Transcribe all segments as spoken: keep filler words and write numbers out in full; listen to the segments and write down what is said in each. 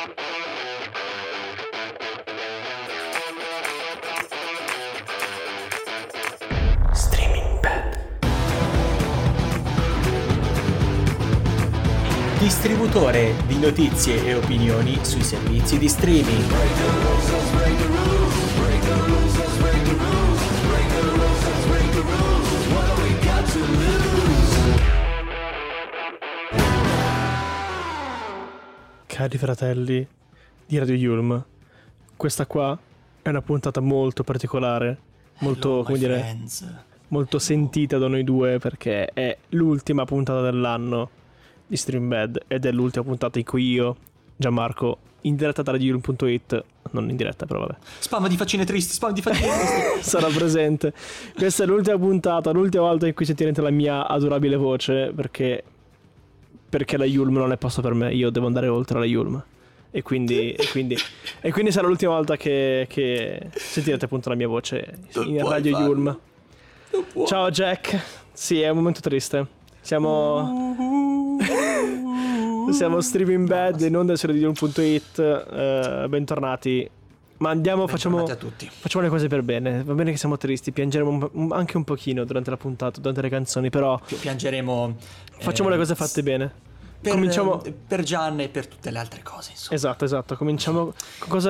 Distributore di notizie e opinioni sui servizi di streaming. Cari fratelli di Radio Yulm, questa qua è una puntata molto particolare, molto, Hello, come dire, friends. molto sentita da noi due, perché è l'ultima puntata dell'anno di Stream Bad ed è l'ultima puntata in cui io, Gianmarco, in diretta da radio yulm punto it, non in diretta però vabbè, Spam di faccine tristi, spam di faccine tristi. sarà presente. Questa è l'ultima puntata, l'ultima volta in cui sentirete la mia adorabile voce, perché perché la Yulm non è posto per me, io devo andare oltre la Yulm. E quindi, e quindi, e quindi sarà l'ultima volta che, che sentirete appunto la mia voce in Non Radio puoi Yulm. Ciao Jack. Sì, è un momento triste. Siamo Siamo Streaming Bad in onda su radio yulm punto it. uh, Bentornati. Ma andiamo, facciamo, a tutti. facciamo le cose per bene. Va bene che siamo tristi, piangeremo un- un- anche un pochino durante la puntata, durante le canzoni, però Pi- Piangeremo. facciamo eh, le cose fatte bene. Per, Cominciamo. per Gian e per tutte le altre cose, insomma. Esatto, esatto. Cominciamo con cosa.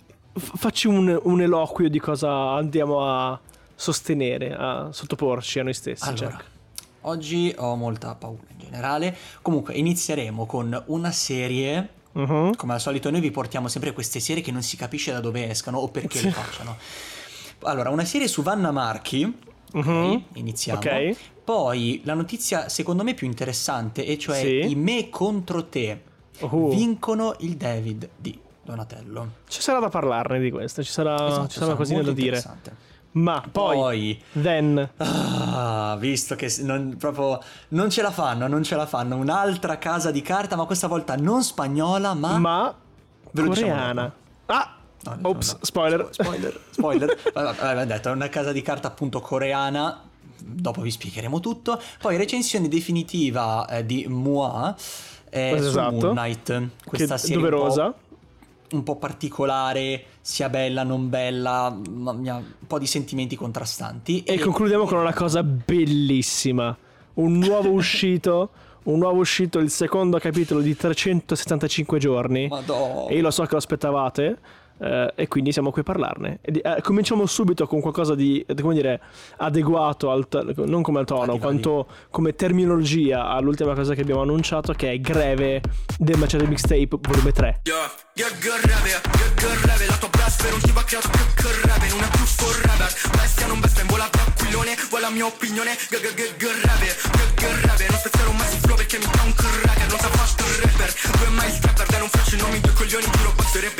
f- Facci un, un eloquio di cosa andiamo a sostenere, a sottoporci a noi stessi. Allora, Jack. oggi ho molta paura in generale. Comunque inizieremo con una serie. Mhm. Come al solito noi vi portiamo sempre queste serie che non si capisce da dove escano o perché le facciano. Allora, una serie su Vanna Marchi. Mhm. Ok, iniziamo. Ok. Poi la notizia secondo me più interessante, e cioè Sì. i Me contro te Uh. vincono il David di Donatello. Ci sarà da parlarne di questo, ci sarà, Esatto, ci sarà sarà cosine da molto dire. interessante. Ma poi, Poi then, ah, visto che s- non, proprio non ce la fanno, non ce la fanno, un'altra casa di carta, ma questa volta non spagnola, ma, ma Ve lo diciamo coreana. dopo. Ah, No, diciamo ops, dopo. spoiler. Spoiler, spoiler. Vabbè, aveva detto, è una casa di carta appunto coreana. Dopo vi spiegheremo tutto. Poi recensione definitiva eh, di Moi eh, su Esatto. Moon Knight. Questa Che serie doverosa. un po', un po' particolare, sia bella, non bella, ma mi ha un po' di sentimenti contrastanti. E concludiamo con una cosa bellissima. Un nuovo uscito, un nuovo uscito, il secondo capitolo di trecentosettantacinque giorni. Madonna. E io lo so che lo aspettavate. eh, e quindi siamo qui a parlarne. E di- eh, cominciamo subito con qualcosa di, di, come dire, adeguato al to- non come al tono, Vai, vai. quanto come terminologia all'ultima cosa che abbiamo annunciato, che è Greve del Machete Mixtape volume tre. Yeah, yeah, good rave, good, good rave. La tua blast per un tipo ha creato good, good rave. Non è più forever, bestia non bestia, in vola tranquillone. Vuoi la mia opinione, good, good, good, good rave, good, good rave. Non spezzare un massive flow perché mi fa un cracker. Non sa fast rapper, due mai il trapper. Dai non faccio i nomi, due coglioni, giuro passerebbe.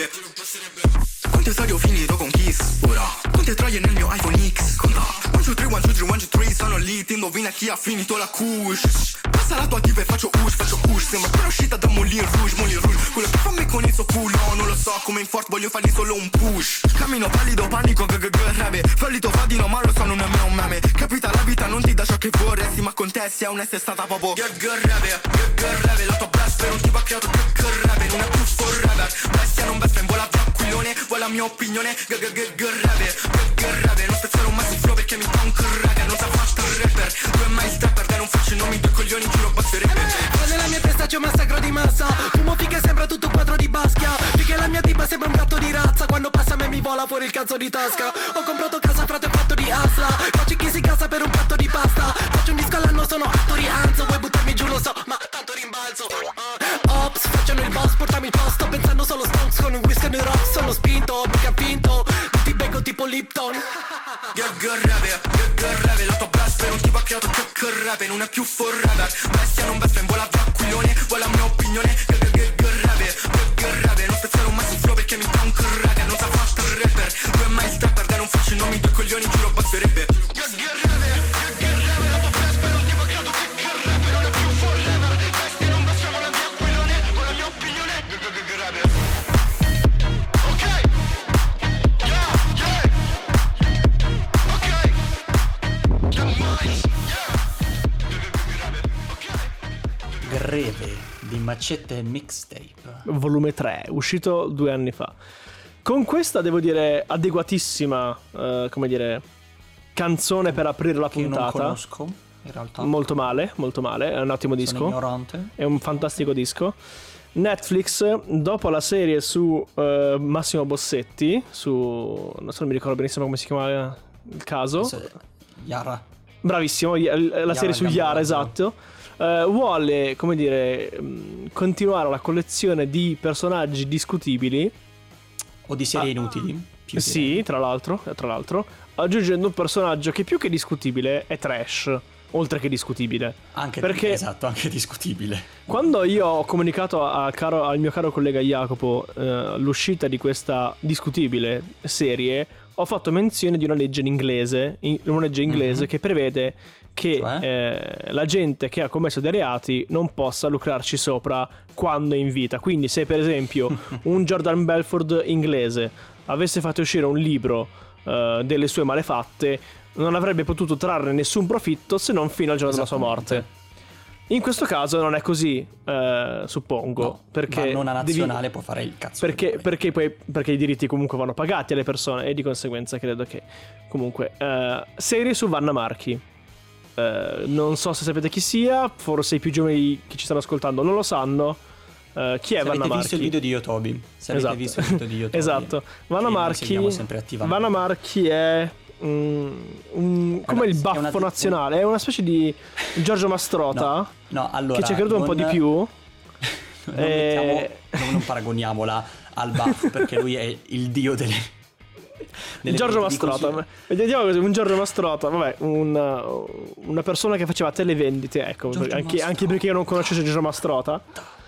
Quante storie ho finito con Kiss, ora quante troie nel mio iPhone X. Conta, one two three, one two three, one two three. Sono lì, ti indovina chi ha finito la kush. Passa la tua tipa e faccio ush, faccio ush. Sembra appena uscita da Moulin Rouge, Moulin Rouge. Quello che fa me con il suo culo, non lo so, come in Fort voglio fargli solo un push. Cammino pallido, panico, g g g rave. Fallito vadino, ma lo so, non è mai un meme. Capita la vita non ti dà ciò che vorresti, ma con te sia un'essere stata proprio g g rave, g g rave. La tua blast per un tipo ha creato g g rave. Non è più forever, bestia non bestia, in vola tranquillone. Vuoi la mia opinione, g g g g rave, g g rave. Non spezzare un massive flow perché mi fa un cracker. Non sa fast rapper, due mai il trapper. Dai non faccio i nomi, due coglioni, giuro passerebbe. Ma nella mia testa c'è un massacro di massa. Fumo finché sembra tutto un quadro di Basquiat. Finché la mia tipa sembra un gatto di razza. Quando passa a me mi vola fuori il cazzo di tasca. Ho comprato casa frate e fatto di asla. Faccio chi si casa per un piatto di pasta. Faccio un disco all'anno, sono attori anzo. Vuoi buttarmi giù lo so, ma tanto rimbalzo. uh, Ops, facciano il boss, portami il posto. Pensando solo stonks con un whisky e rock. Sono spinto, mica vinto. Ti becco tipo Lipton. G g rave, g g rave. La tua blast per un tipo ha creato g g rave. Non è più forever, bestia non bestia, in vola tranquillone. Vuoi la mia opinione, g g g g rave, g g rave. Non spezzare un massive flow perché mi fa un cracker. Non sa fast rapper, due mai il trapper. Dai non faccio i nomi, due coglioni, giuro passerebbe. G g rave, g g rave. La tua blast per un tipo ha creato g g rave. Non è più forever, bestia non bestia, vuoi la mia opinione, vuoi la mia opinione, g g g rave. Ok, yeah, yeah. Ok, yeah, mine, yeah. G g g rave, ok. Macete Mixtape. Volume tre, uscito due anni fa. Con questa, devo dire, adeguatissima, eh, come dire, canzone per aprire la Che io non puntata. conosco, in realtà. Molto male, molto male, è un ottimo Sono disco. ignorante. È un fantastico disco. Netflix, dopo la serie su eh, Massimo Bossetti, su... non so, non mi ricordo benissimo come si chiama il caso. Se- Yara. Bravissimo, la Yara serie su Yara, Gambarato. esatto. Eh, vuole, come dire, mh, continuare la collezione di personaggi discutibili. O di serie inutili. Più Sì, direi. tra l'altro, eh, tra l'altro, aggiungendo un personaggio che più che discutibile è trash, oltre che discutibile. Anche perché esatto, anche discutibile. quando io ho comunicato al, caro, al mio caro collega Jacopo eh, l'uscita di questa discutibile serie, ho fatto menzione di una legge in inglese, in, una legge inglese Mhm. che prevede che Cioè? eh, la gente che ha commesso dei reati non possa lucrarci sopra quando è in vita. Quindi se per esempio un Jordan Belfort inglese avesse fatto uscire un libro eh, delle sue malefatte, non avrebbe potuto trarre nessun profitto se non fino al giorno della sua morte. Esattamente. In questo caso non è così, eh, suppongo, No, perché ma una devi- nazionale può fare il cazzo. che perché, vuole. perché, poi, perché i diritti comunque vanno pagati alle persone e di conseguenza credo che comunque eh, serie su Vanna Marchi. Eh, non so se sapete chi sia, forse i più giovani che ci stanno ascoltando non lo sanno. Eh, chi è Se Vanna avete Marchi? visto il video di Yotobi, se avete Esatto. visto il video di Yotobi, Esatto. Vanna che noi Marchi, seguiamo sempre attivamente. Vanna Marchi è mm, un, come Una- il è baffo una- nazionale, è una specie di Giorgio Mastrota No, no, allora che ci credo un po' non- di più. non, Eh. mettiamo- non, non paragoniamola al baffo perché lui è il dio delle, delle Giorgio di così- Mastrota, vediamo così, un Giorgio Mastrota, vabbè, una, una persona che faceva televendite, ecco, Giorgio anche, Mastrota. anche perché io non conoscevo Giorgio Mastrota.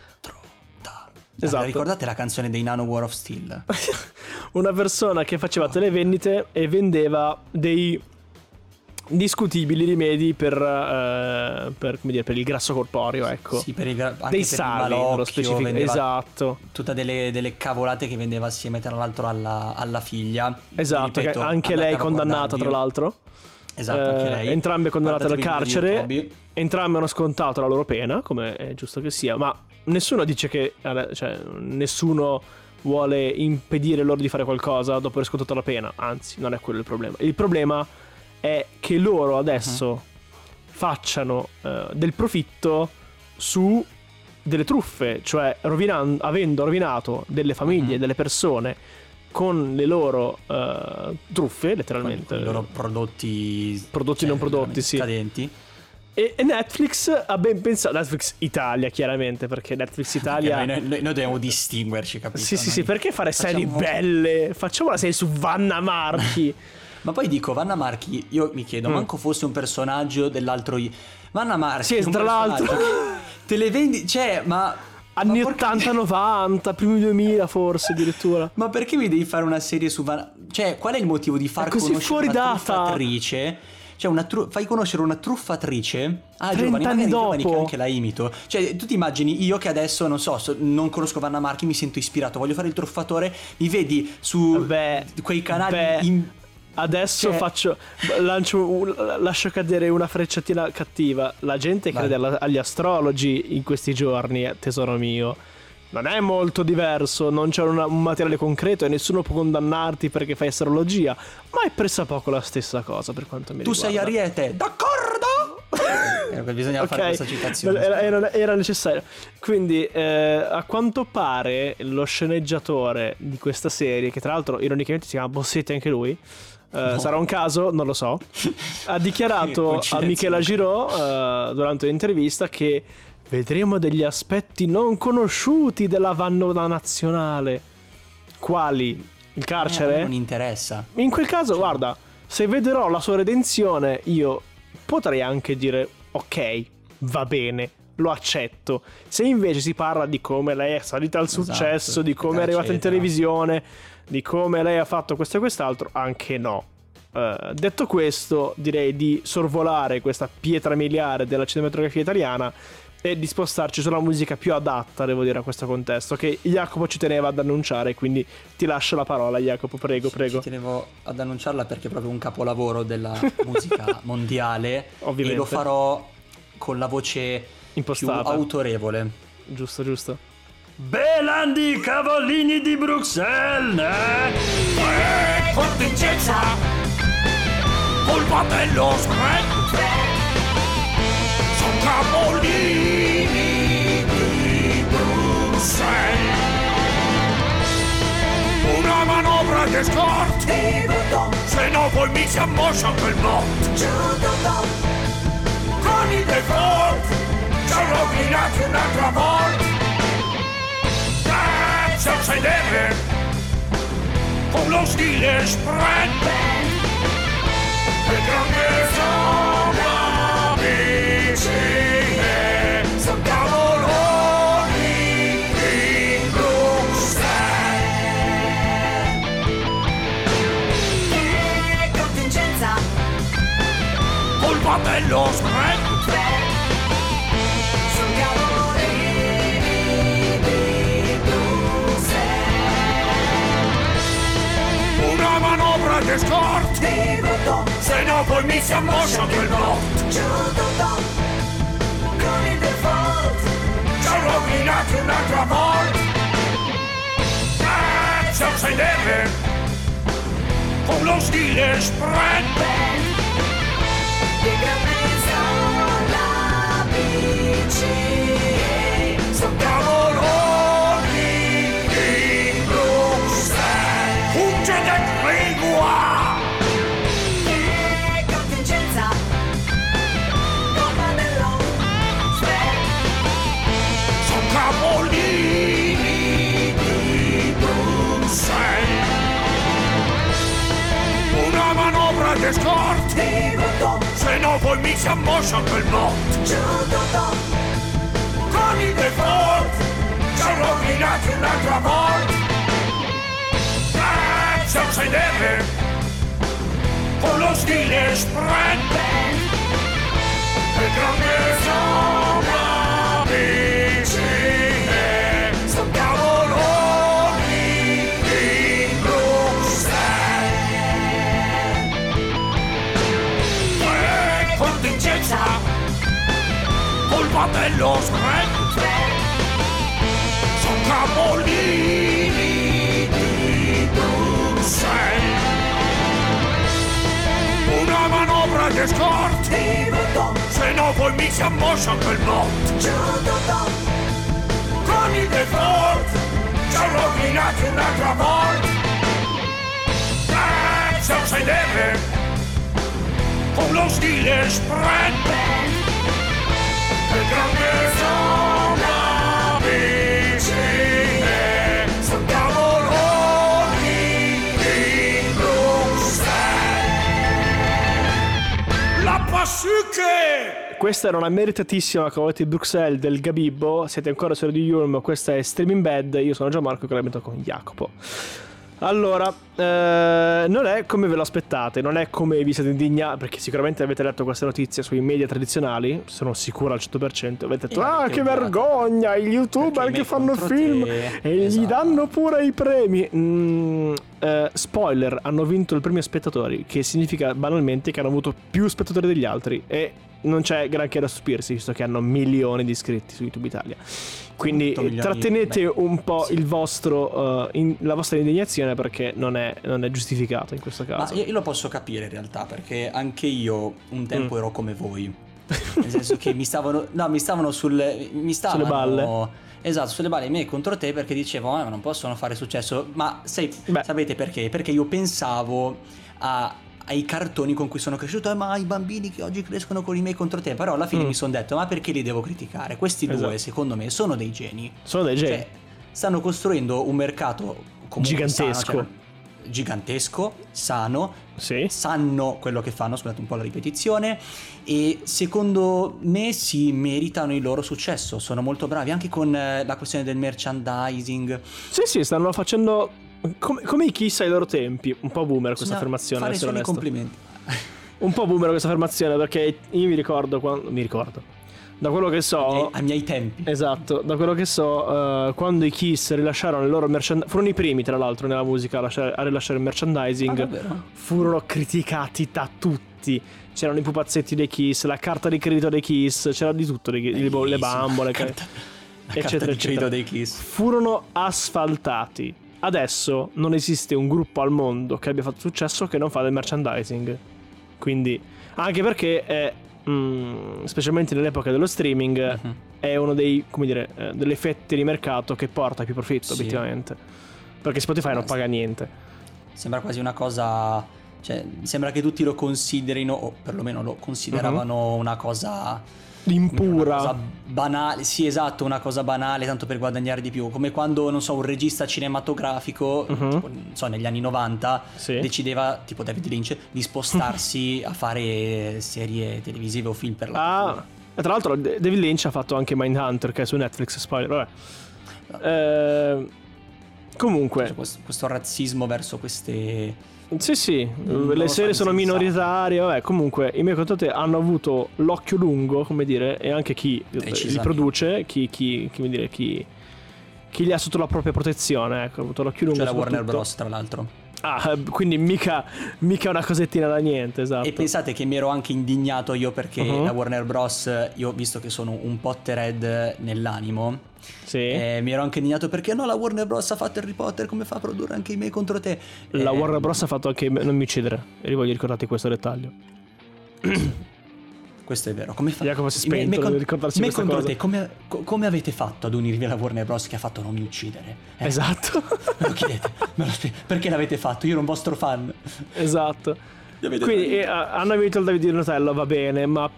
Esatto. Ricordate la canzone dei Nano War of Steel? Una persona che faceva televendite e vendeva dei discutibili rimedi per, eh, per, come dire, per il grasso corporeo, ecco. Sì, per il, gra- anche Dei per sali, il nello malocchio, specifico. vendeva Esatto. Tutte delle, delle cavolate che vendeva assieme tra l'altro alla, alla figlia. Esatto, Ripeto, che anche andate lei a condannata guardarvi. tra l'altro. Esatto, anche Eh, lei. entrambe condannate al Guardatevi il video di carcere. Yotobi. Entrambe hanno scontato la loro pena, come è giusto che sia, ma nessuno dice che, cioè, nessuno vuole impedire loro di fare qualcosa dopo aver scontato la pena, anzi, non è quello il problema. Il problema è che loro adesso Uh-huh. facciano eh, del profitto su delle truffe, cioè rovinan- avendo rovinato delle famiglie, Uh-huh. delle persone con le loro eh, truffe, Con, letteralmente. con i loro prodotti Prodotti non prodotti, sì. scadenti. E e Netflix ha ben pensato, Netflix Italia chiaramente, perché Netflix Italia... Noi, noi- noi dobbiamo distinguerci, capito? Sì, sì, Noi sì, perché fare serie facciamo- belle? Facciamo la serie su Vanna Marchi. Ma poi dico, Vanna Marchi, io mi chiedo, Mm. manco fosse un personaggio dell'altro i- Vanna Marchi, Sì, un tra l'altro. personaggio Te le vendi, cioè, ma Anni ma porca- ottanta novanta, primi duemila forse addirittura. Ma perché mi devi fare una serie su Vanna? Cioè, qual è il motivo di far È così conoscere fuori una data. truffatrice? Cioè, una tru- fai conoscere una truffatrice a giovani, anni magari giovani dopo. che anche la imito. Cioè, tu ti immagini io che adesso, non so, so- non conosco Vanna Marchi, mi sento ispirato, voglio fare il truffatore, mi vedi su Beh, quei canali beh. in- Adesso Cioè- faccio lancio un- lascio cadere una frecciatina cattiva. La gente Vai. crede alla- agli astrologi in questi giorni, eh, tesoro mio. Non è molto diverso, non c'è una- un materiale concreto e nessuno può condannarti perché fai astrologia, ma è pressappoco la stessa cosa per quanto mi Tu riguarda. sei Ariete, d'accordo? Eh, bisognava fare Ok, questa citazione. era, era- era necessario. Quindi, eh, a quanto pare, lo sceneggiatore di questa serie, che tra l'altro ironicamente si chiama Bossetti anche lui, eh, sarà un caso, non lo so, ha dichiarato a Coincidenza. Michela Giraud eh, durante un'intervista che vedremo degli aspetti non conosciuti della Vanna nazionale. Quali? Il carcere? Eh, non interessa. In quel caso, guarda, se vedrò la sua redenzione, io potrei anche dire ok, va bene, lo accetto. Se invece si parla di come lei è salita al Esatto, successo, di come è eccetera, arrivata in eccetera. televisione, di come lei ha fatto questo e quest'altro, anche no. Eh, detto questo, direi di sorvolare questa pietra miliare della cinematografia italiana e di spostarci sulla musica più adatta, devo dire, a questo contesto, che Jacopo ci teneva ad annunciare, quindi ti lascio la parola, Jacopo, prego, prego. Ci tenevo ad annunciarla perché è proprio un capolavoro della musica mondiale. Ovviamente. E lo farò con la voce Impostata. più autorevole Giusto, giusto. Belandi cavallini di Bruxelles, eh? Contingenza, colpa dello spread, son capolini di Bruxelles. Una manovra che scorti, se no poi mi si ammoscia quel bot. Con il default ci ho rovinato un'altra volta. Grazie al sedere, con lo stile spread, che grande sono amici, son cavoloni in Bruxelles. Che contingenza, Colpa dello spread, son cavolini di Bruxelles. una manovra che scorti, se no poi mi si ammoscia quel bot. Con il default Ci ho rovinato un'altra volta. Grazie al sedere, con lo stile spread, di grandezza la bici, son cavoloni in Bruxelles. Punge de lingua, che contingenza, colpa dello spread, son cavolini di Bruxelles. Una manovra che scorti, se no poi mi si ammoscia quel bot. Con il default ci ho rovinato un'altra volta. Grazie al sedere, con lo stile spread, che grande sono amici, son cavoloni in Bruxelles. Eh, contingenza, colpa dello spread, son capolini di Bruxelles. Una manovra che scorti, se no poi mi si ammoscia quel bot. Con il default ci ho rovinato un'altra volta. Grazie al sedere, con lo stile spread, che grande sono amici, son cavoloni in Bruxelles. La Passuche! Questa era una meritatissima Cavolati di Bruxelles del Gabibbo. Siete ancora su Radio Yulm, questa è Streaming Bad. Io sono Gianmarco e collegamento con Jacopo. Allora, eh, non è come ve lo aspettate, non è come vi siete indignati, perché sicuramente avete letto queste notizie sui media tradizionali, sono sicuro al cento per cento. Avete detto, ah che vergogna, gli youtuber che fanno film te. E esatto. Gli danno pure i premi. mm, eh, Spoiler, hanno vinto il premio spettatori, che significa banalmente che hanno avuto più spettatori degli altri. E non c'è granché da stupirsi, visto che hanno milioni di iscritti su YouTube Italia. Quindi trattenete beh, un po' sì. il vostro uh, in, la vostra indignazione, perché non è, non è giustificato in questo caso. Ma io, io lo posso capire in realtà, perché anche io un tempo mm. ero come voi. Nel senso che mi stavano no mi stavano sul mi stavano sulle balle. Esatto, sulle balle me contro te, perché dicevo ah, ma non possono fare successo. Ma sai, sapete perché? Perché io pensavo a ai cartoni con cui sono cresciuto, eh, ma i bambini che oggi crescono con i miei contro te. Però alla fine mm. mi sono detto, ma perché li devo criticare? Questi esatto. due secondo me sono dei geni. Sono dei geni, cioè, stanno costruendo un mercato gigantesco sano, cioè, gigantesco, sano, sì. sanno quello che fanno, scusate un po' la ripetizione, e secondo me si meritano il loro successo. Sono molto bravi anche con eh, la questione del merchandising. Sì sì, stanno facendo Come, come i Kiss ai loro tempi. Un po' boomer questa no, affermazione. Fare solo i complimenti. Un po' boomer questa affermazione, perché io mi ricordo quando, Mi ricordo da quello che so ai miei, ai miei tempi. Esatto, da quello che so uh, quando i Kiss rilasciarono il loro merchandising, furono i primi tra l'altro nella musica a, lasciare, a rilasciare il merchandising, ah, furono criticati da tutti. C'erano i pupazzetti dei Kiss, la carta di credito dei Kiss, c'era di tutto, le, le, le bambole. eccetera, eccetera, dei Kiss. furono asfaltati. Adesso non esiste un gruppo al mondo che abbia fatto successo che non fa del merchandising. Quindi, anche perché è, mm, specialmente nell'epoca dello streaming, uh-huh. è uno dei, come dire, eh, delle fette di mercato che porta più profitto, sì. obiettivamente. Perché Spotify eh, non paga niente. Sembra quasi una cosa, cioè sembra che tutti lo considerino, o perlomeno lo consideravano uh-huh. una cosa impura, una cosa banale. Sì, esatto, una cosa banale tanto per guadagnare di più, come quando, non so, un regista cinematografico uh-huh. tipo, non so, negli anni novanta sì. decideva, tipo David Lynch, di spostarsi a fare serie televisive o film per la ah, e tra l'altro David Lynch ha fatto anche Mindhunter, che è su Netflix, spoiler, vabbè. No. Eh, comunque cioè, questo, questo razzismo verso queste... Sì, sì, non le serie sono minoritarie, vabbè, comunque i miei contatti hanno avuto l'occhio lungo, come dire, e anche chi li produce, chi, chi, come dire, chi, chi li ha sotto la propria protezione, ecco, ha avuto l'occhio lungo. Cioè la Warner Bros, tra l'altro. Ah, quindi mica, mica una cosettina da niente, esatto. E pensate che mi ero anche indignato io perché uh-huh. la Warner Bros, io visto che sono un Potterhead nell'animo, sì. eh, mi ero anche indignato perché no, la Warner Bros ha fatto Harry Potter, come fa a produrre anche i miei contro te? La eh, Warner Bros ha fatto anche Non mi uccidere, e vi voglio ricordate questo dettaglio. Questo è vero. Come fa? Jacopo si è spento, me, me, devo ricordarsi me questa contro cosa. te, come, co- come avete fatto ad unirvi alla Warner Bros che ha fatto Non mi uccidere? Eh? Esatto. Me lo chiedete, me lo spiego. Perché l'avete fatto? Io ero un vostro fan. Esatto. Quindi eh, hanno vinto il David di Donatello, va bene, ma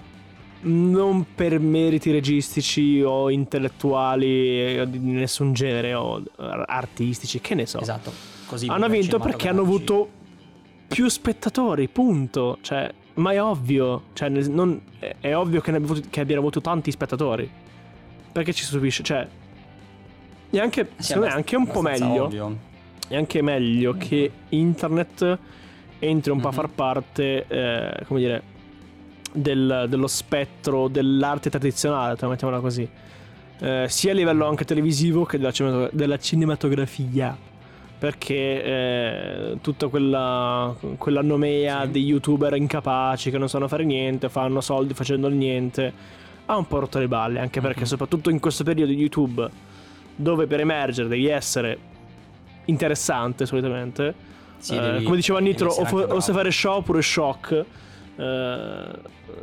non per meriti registici o intellettuali o di nessun genere o artistici, che ne so. Esatto. Così hanno vinto perché hanno avuto più spettatori, punto. Cioè, ma è ovvio, cioè non, è, è ovvio che, ne abbia avuto, che abbiano avuto tanti spettatori. Perché ci stupisce, cioè è anche, sì, secondo me è anche un po' meglio ovvio. È anche meglio mm-hmm. che internet entri un mm-hmm. po' a far parte eh, come dire del, dello spettro dell'arte tradizionale, mettiamola così, eh, sia a livello anche televisivo che della, della cinematografia. Perché eh, tutta quella, quella nomea sì. di youtuber incapaci che non sanno fare niente, fanno soldi facendo il niente, ha un po' rotto le balle, anche uh-huh. perché soprattutto in questo periodo di YouTube, dove per emergere devi essere interessante solitamente, sì, eh, devi, come diceva Nitro, o, fo- o sai fare show oppure shock, eh,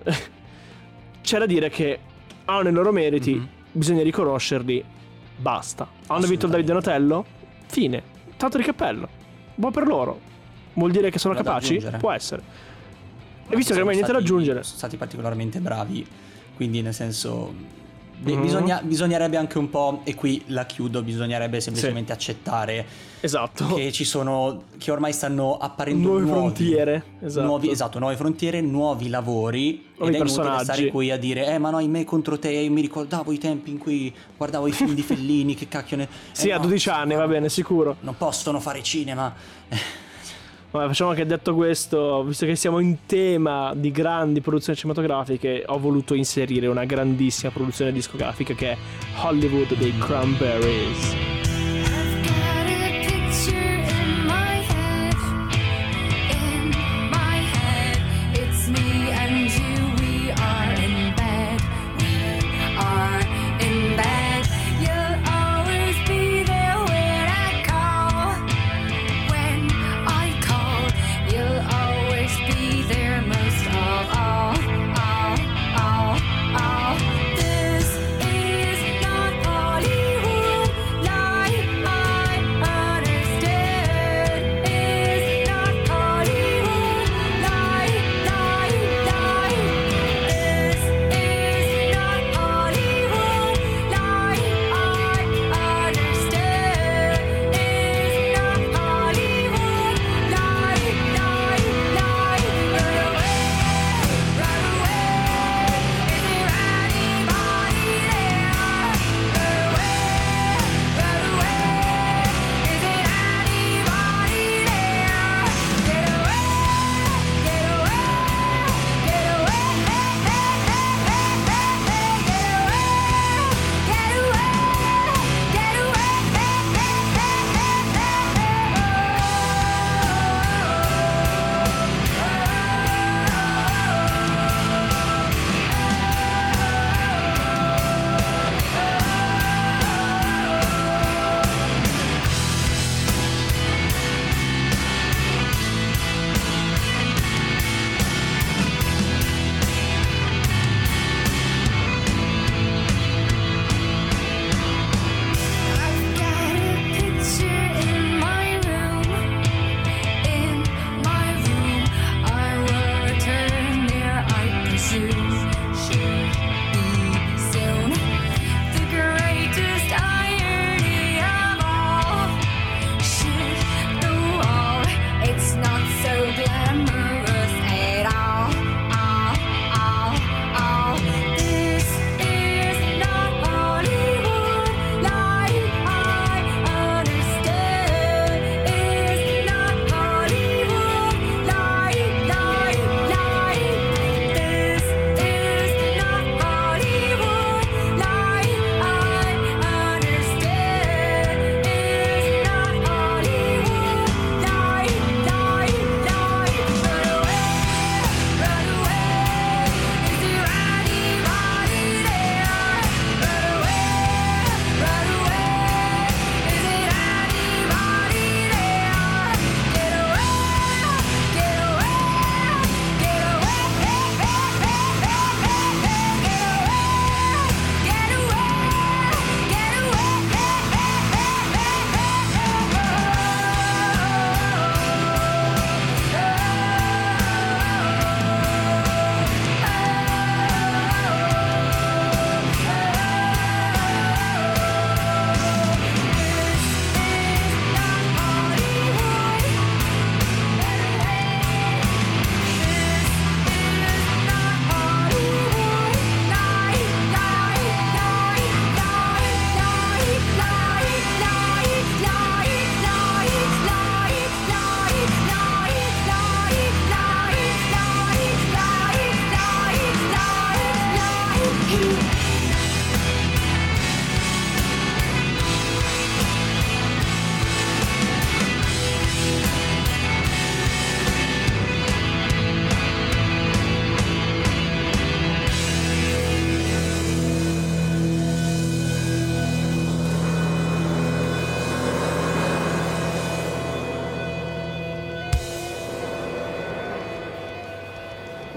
c'è da dire che hanno i loro meriti, uh-huh. bisogna riconoscerli, basta. Hanno vinto il David Donatello, fine. Tanto di cappello, buon per loro. Vuol dire che sono Vado capaci? Può essere. E visto che non hai niente da aggiungere, sono stati particolarmente bravi, quindi nel senso mm-hmm. bisogna, bisognerebbe anche un po', e qui la chiudo, bisognerebbe semplicemente sì. accettare esatto. che ci sono, che ormai stanno apparendo nuove nuovi, frontiere, esatto. nuovi, esatto, nuove frontiere, nuovi lavori, nuovi ed è personaggi. inutile stare qui a dire eh ma no, in me contro te, io mi ricordavo i tempi in cui guardavo i film di Fellini, che cacchio ne... Sì, eh, a no, dodici anni, va bene, sicuro. Non possono fare cinema. Vabbè, facciamo che detto questo, visto che siamo in tema di grandi produzioni cinematografiche, ho voluto inserire una grandissima produzione discografica che è Hollywood dei Cranberries.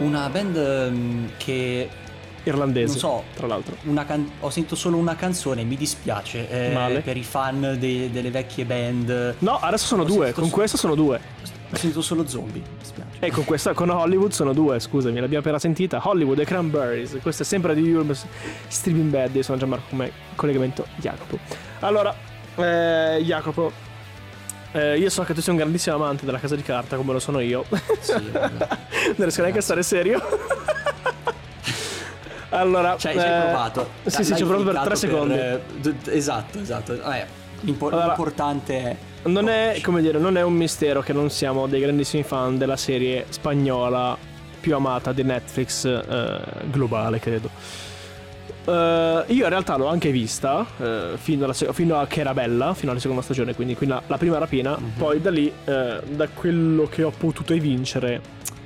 Una band um, che Irlandese, non so, tra l'altro. Una can- ho sentito solo una canzone, mi dispiace, eh, Male. per i fan de- delle vecchie band. No, adesso sono Ho due, sentito con so- questa sono due. Ho sentito solo Zombie, mi dispiace. E con questa, con Hollywood sono due, scusami, l'abbiamo appena sentita. Hollywood e Cranberries. Questa è sempre di Urban Streaming Bad. Io sono Gianmarco, come collegamento Jacopo. Allora, eh, Jacopo, eh, io so che tu sei un grandissimo amante della Casa di Carta, come lo sono io. Sì, vabbè. Non riesco neanche a stare serio. Allora, Cioè, ci hai eh, provato. Sì, sì, L'hai ci ho provato per cliccato tre secondi. eh, d- esatto, esatto. Vabbè, l'impo- Allora, l'importante è... Non è, come dire, non è un mistero che non siamo dei grandissimi fan della serie spagnola più amata di Netflix, eh, globale, credo. Eh, io in realtà l'ho anche vista eh, fino, alla, se- fino a che era bella, fino alla seconda stagione, quindi, quindi la, la prima rapina. Mhm. Poi da lì, eh, da quello che ho potuto evincere,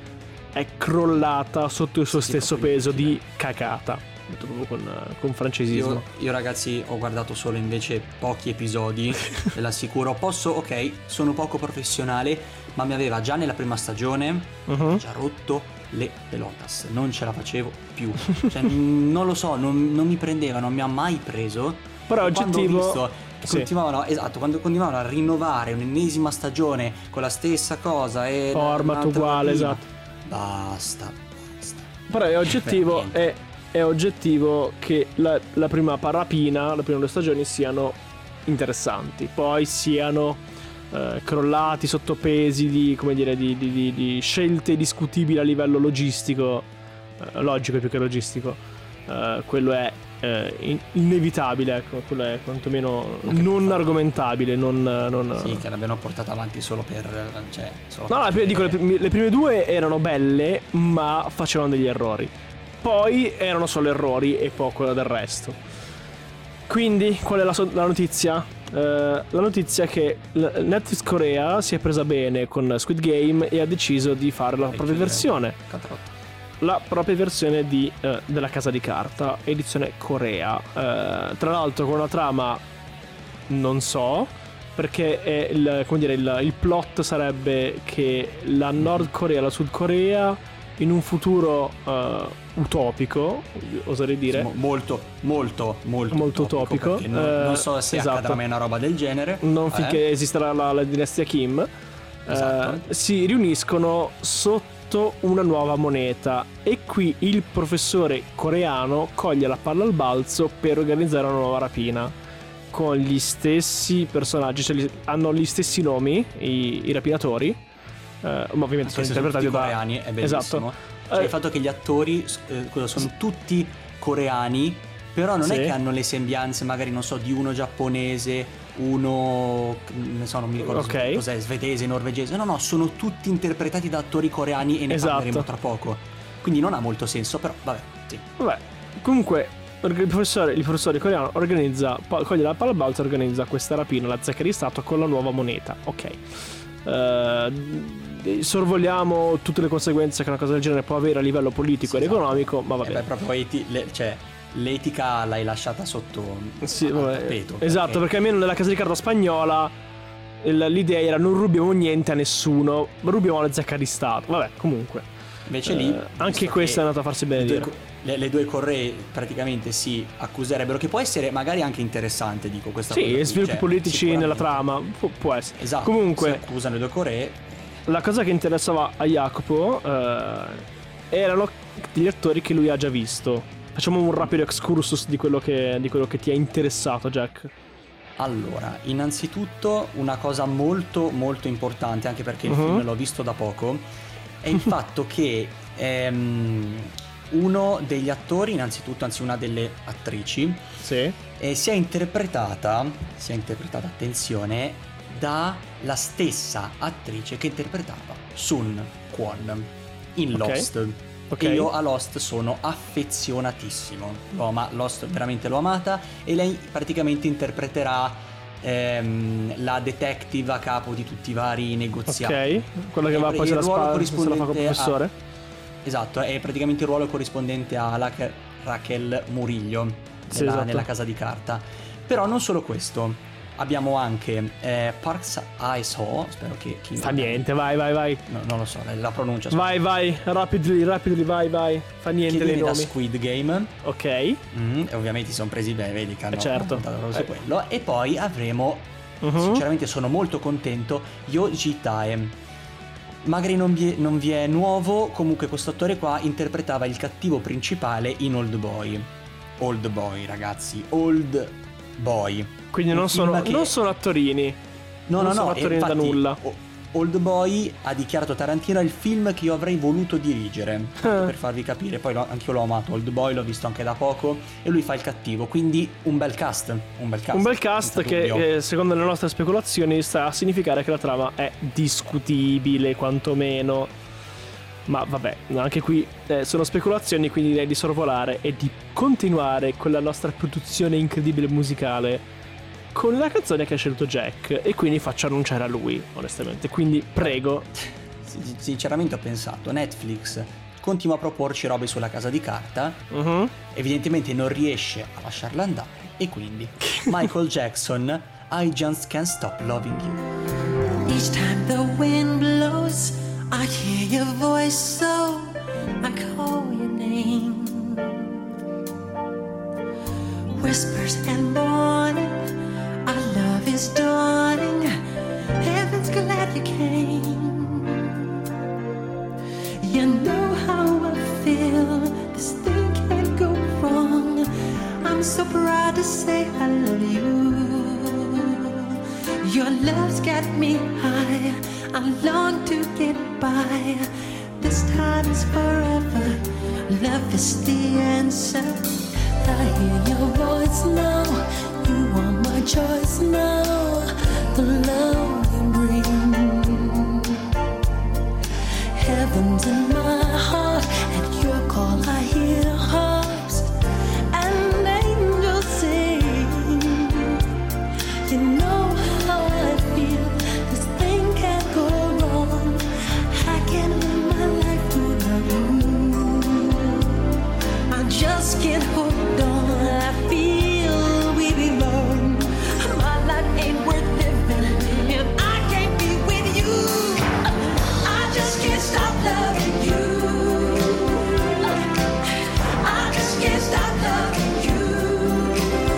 è crollata sotto il suo Sì, stesso proprio peso di difficile. cacata. Detto proprio con, con francesismo. Io, io ragazzi ho guardato solo invece pochi episodi, ve l'assicuro. Posso, ok, sono poco professionale, ma mi aveva già nella prima stagione Mhm. già rotto le pelotas, non ce la facevo più. Cioè, n- non lo so, non, non mi prendeva, non mi ha mai preso. Però è E quando ho oggettivo- visto che sì. continuavano, esatto, quando continuavano a rinnovare un'ennesima stagione con la stessa cosa e Format un'altra uguale, prima, esatto. Basta, basta. Però è oggettivo, Per niente. è, è oggettivo che la, la prima rapina, le prime due stagioni siano interessanti, poi siano eh, crollati sotto pesi di, come dire, di, di- di- di scelte discutibili a livello logistico, eh, logico più che logistico. Eh, quello è eh, in- inevitabile, ecco, quello è quantomeno Anche non per- argomentabile, non... non Sì, che l'abbiano portata avanti solo per... Cioè, solo No, no, per- dico, le, prim- le prime due erano belle, ma facevano degli errori. Poi erano solo errori e poco del resto. Quindi, qual è la, so- la notizia? Eh, la notizia è che l- Netflix Corea si è presa bene con Squid Game e ha deciso di fare la E propria chiudere. versione. Catrotto. La propria versione di, eh, della Casa di Carta, edizione Corea. Eh, tra l'altro con una trama non so, perché è il, come dire, il, il plot sarebbe che la Nord Corea e la Sud Corea in un futuro eh, utopico, oserei dire. Sì, mo- molto, molto, molto, Molto utopico, perché Non, eh, non so se esatto. accadrà mai una roba del genere. Non eh. finché esisterà la, la dinastia Kim. eh, Esatto. si riuniscono sotto una nuova moneta e qui il professore coreano coglie la palla al balzo per organizzare una nuova rapina con gli stessi personaggi, cioè gli- hanno gli stessi nomi i, i rapinatori, eh, ma ovviamente Anche sono se sono interpretati tutti da coreani, è bellissimo. esatto. Cioè, Eh, il fatto che gli attori eh, cosa, sono tutti coreani, però non Sì. è che hanno le sembianze magari, non so, di uno giapponese, uno, ne so, non mi ricordo Ok. cos'è, svedese, norvegese. No, no, sono tutti interpretati da attori coreani e ne Esatto. parleremo tra poco. Quindi non ha molto senso, però vabbè, sì. Vabbè, comunque org- il professore, il professore coreano organizza, poi coglie la palla al balzo e organizza questa rapina, la zecca di Stato con la nuova moneta. Ok. Eh, sorvoliamo tutte le conseguenze che una cosa del genere può avere a livello politico Sì, ed esatto. economico, ma va Eh bene. beh, proprio eti- le- cioè, l'etica l'hai lasciata sotto Sì, al vabbè. tappeto. Esatto, perché almeno nella casa di carta spagnola il- l'idea era non rubiamo niente a nessuno, rubiamo la zecca di Stato. Vabbè, comunque. Invece Eh, lì, anche visto questa è che andata a farsi le due, benedire. co- le, le due Coree praticamente si accuserebbero, che può essere magari anche interessante, dico questa cosa Sì, qui, sviluppi cioè, politici nella sicuramente. trama, pu- può essere. Esatto, Comunque, si accusano le due Coree. la cosa che interessava a Jacopo eh, erano gli attori che lui ha già visto. Facciamo un rapido excursus di quello che, di quello che ti è interessato, Jack. Allora, innanzitutto una cosa molto molto importante, anche perché il Mhm. film l'ho visto da poco, è il fatto che ehm, uno degli attori, innanzitutto, anzi una delle attrici, Sì. eh, si è interpretata, si è interpretata, attenzione, dalla stessa attrice che interpretava Sun Kwon in Ok. Lost. Ok. E io a Lost sono affezionatissimo. L'ho ama- Lost veramente l'ho amata e lei praticamente interpreterà ehm, la detective a capo di tutti i vari negoziati. Ok. Quello che E va il poi c'è la ruolo spada, se la fa col corrispondente a- professore. Esatto, è praticamente il ruolo corrispondente a la- Raquel Murillo Sì, nella, esatto. nella casa di carta. Però non solo questo. abbiamo anche eh, Parks Ice Hall, spero che chi Fa niente, vai, vai, vai. No, non lo so, la pronuncia. Vai, vai, rapidly, rapidly, vai, vai. Fa niente Che dei viene da nomi. Squid Game. Ok. Mm, e ovviamente si sono presi bene, vedi che hanno Eh, certo. puntato proprio su Eh. quello. E poi avremo, Mhm. sinceramente sono molto contento, Yoji Tae. Magari non vi, è, non vi è nuovo, comunque questo attore qua interpretava il cattivo principale in Old Boy. Old Boy, ragazzi, Old Boy. Quindi Un non film sono, che- non sono attorini. No, non no, sono no, attorini infatti, da nulla. O- Old Boy ha dichiarato Tarantino è il film che io avrei voluto dirigere, Ah. per farvi capire. Poi lo, anche io l'ho amato Old Boy, l'ho visto anche da poco e lui fa il cattivo, quindi un bel cast, un bel cast. Un bel cast senza che, dubbio. eh, secondo le nostre speculazioni, sta a significare che la trama è discutibile, quantomeno. Ma vabbè, anche qui eh, sono speculazioni, quindi direi di sorvolare e di continuare con la nostra produzione incredibile musicale con la canzone che ha scelto Jack, e quindi faccio annunciare a lui, onestamente. Quindi prego. Sin- Sinceramente ho pensato, Netflix continua a proporci robe sulla Casa di Carta, Mhm. evidentemente non riesce a lasciarla andare e quindi Michael Jackson, I Just Can't Stop Loving You. Each time the wind blows, I hear your voice, so I call your name. Whispers and morning, our love is dawning. Heaven's glad you came. You know how I feel. This thing can't go wrong. I'm so proud to say I love you. Your love's got me high. I long to get by. This time is forever. Love is the answer. I hear your voice now. You are my choice now. The love you bring. Heaven's in my heart. At your call I hear harps and angels sing. You know how I feel. This thing can't go wrong. I can live my life without you. I just can't hold on. I feel we belong. My life ain't worth living if I can't be with you. I just can't stop loving you. I just can't stop loving you.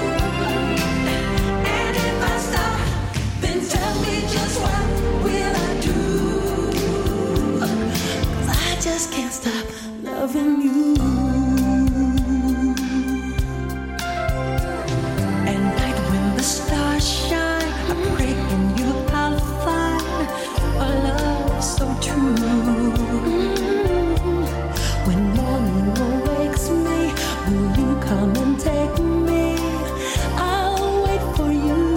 And if I stop, then tell me just what will I do? 'Cause I just can't stop loving you. At night when the stars shine, I pray in you I'll find a love so true. When morning awakes me, will you come and take me? I'll wait for you.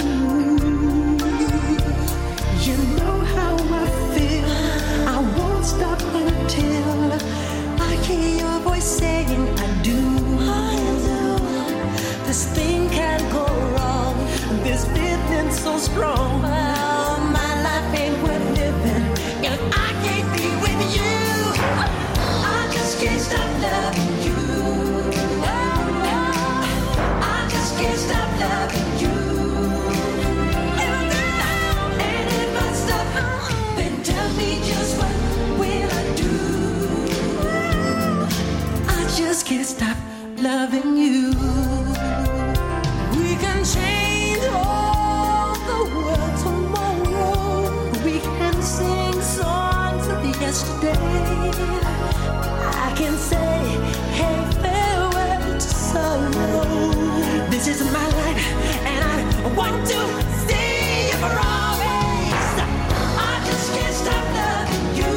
You know how I feel. I won't stop until I hear your voice saying I do. I do. This thing can't go wrong. This feeling so strong. Oh, my life ain't worth living if I can't be with you. I just can't stop loving you. I just can't stop loving you. And if I stop, then tell me just what will I do? I just can't stop loving you. We can change all the world tomorrow. We can sing songs of yesterday. I can say, hey, farewell to sorrow. This is my life, and I want to see you for always. I just can't stop loving you.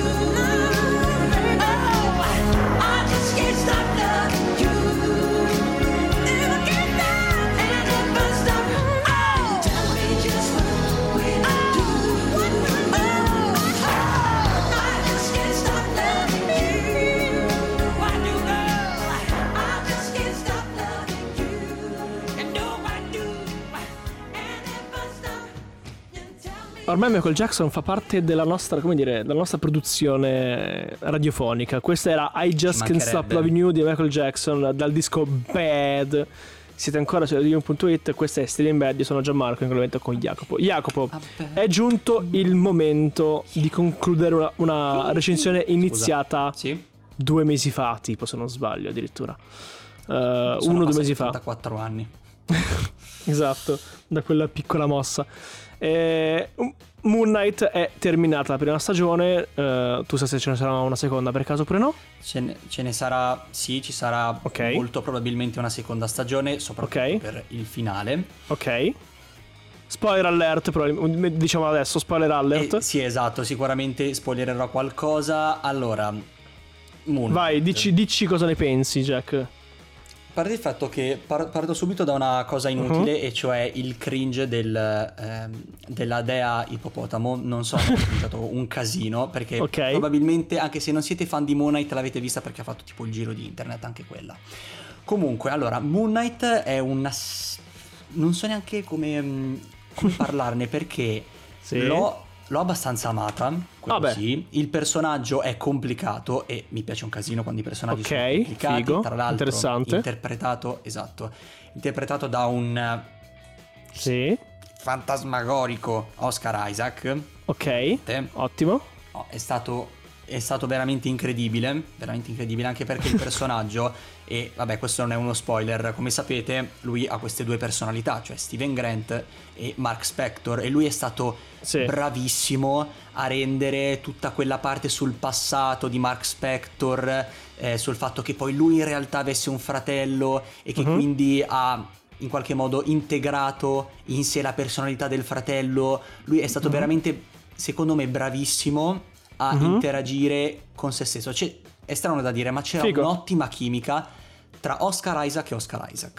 Oh, I just can't stop loving you. If I can't stop, and if I stop, oh, tell me just what will I do? Oh, I just can't stop loving you. I do, girl. I just can't stop loving you. And no, I do. And if I stop, then tell me. Ormai Michael Jackson fa parte della nostra, come dire, della nostra produzione radiofonica. Questa era I Just Can't Stop mancherebbe. Loving You di Michael Jackson dal disco Bad. siete ancora su radio punto it, questa è Still in Bed, io sono Gianmarco in collegamento con Jacopo. Jacopo, è giunto il momento di concludere una, una recensione iniziata Sì? due mesi fa, tipo, se non sbaglio addirittura. Uh, uno o due mesi fa. trentaquattro anni. Esatto, da quella piccola mossa. Eh, Moon Knight è terminata la prima stagione. uh, Tu sai se ce ne sarà una seconda per caso oppure no? Ce ne, ce ne sarà, sì, ci sarà Ok. molto probabilmente una seconda stagione, soprattutto Ok. per il finale. Ok. Spoiler alert, probabilmente, diciamo adesso, spoiler alert. Eh, sì, esatto, sicuramente spoilererò qualcosa. Allora, Moon Vai, Knight. dici, dici cosa ne pensi, Jack. A parte il fatto che par- parto subito da una cosa inutile, Uh-huh. e cioè il cringe del, ehm, della dea ippopotamo. Non so, è diventato un casino, perché Ok. probabilmente, anche se non siete fan di Moon Knight, l'avete vista perché ha fatto tipo il giro di internet, anche quella. Comunque, allora, Moon Knight è una... s- non so neanche come, mm, come parlarne, perché Sì. l'ho... L'ho abbastanza amata, quello Vabbè. sì. Il personaggio è complicato e mi piace un casino quando i personaggi Ok, sono complicati. figo, Tra l'altro, interessante. interpretato, esatto, interpretato da un eh, Sì. fantasmagorico Oscar Isaac. Ok. Te- Ottimo. oh, è stato è stato veramente incredibile, veramente incredibile, anche perché il personaggio, e vabbè, questo non è uno spoiler, come sapete, lui ha queste due personalità, cioè Steven Grant e Mark Spector, e lui è stato Sì. bravissimo a rendere tutta quella parte sul passato di Mark Spector, eh, sul fatto che poi lui in realtà avesse un fratello e che Mhm. quindi ha in qualche modo integrato in sé la personalità del fratello. Lui è stato veramente, secondo me, bravissimo a Mhm. interagire con se stesso. Cioè, è strano da dire, ma c'era Figo. un'ottima chimica tra Oscar Isaac e Oscar Isaac.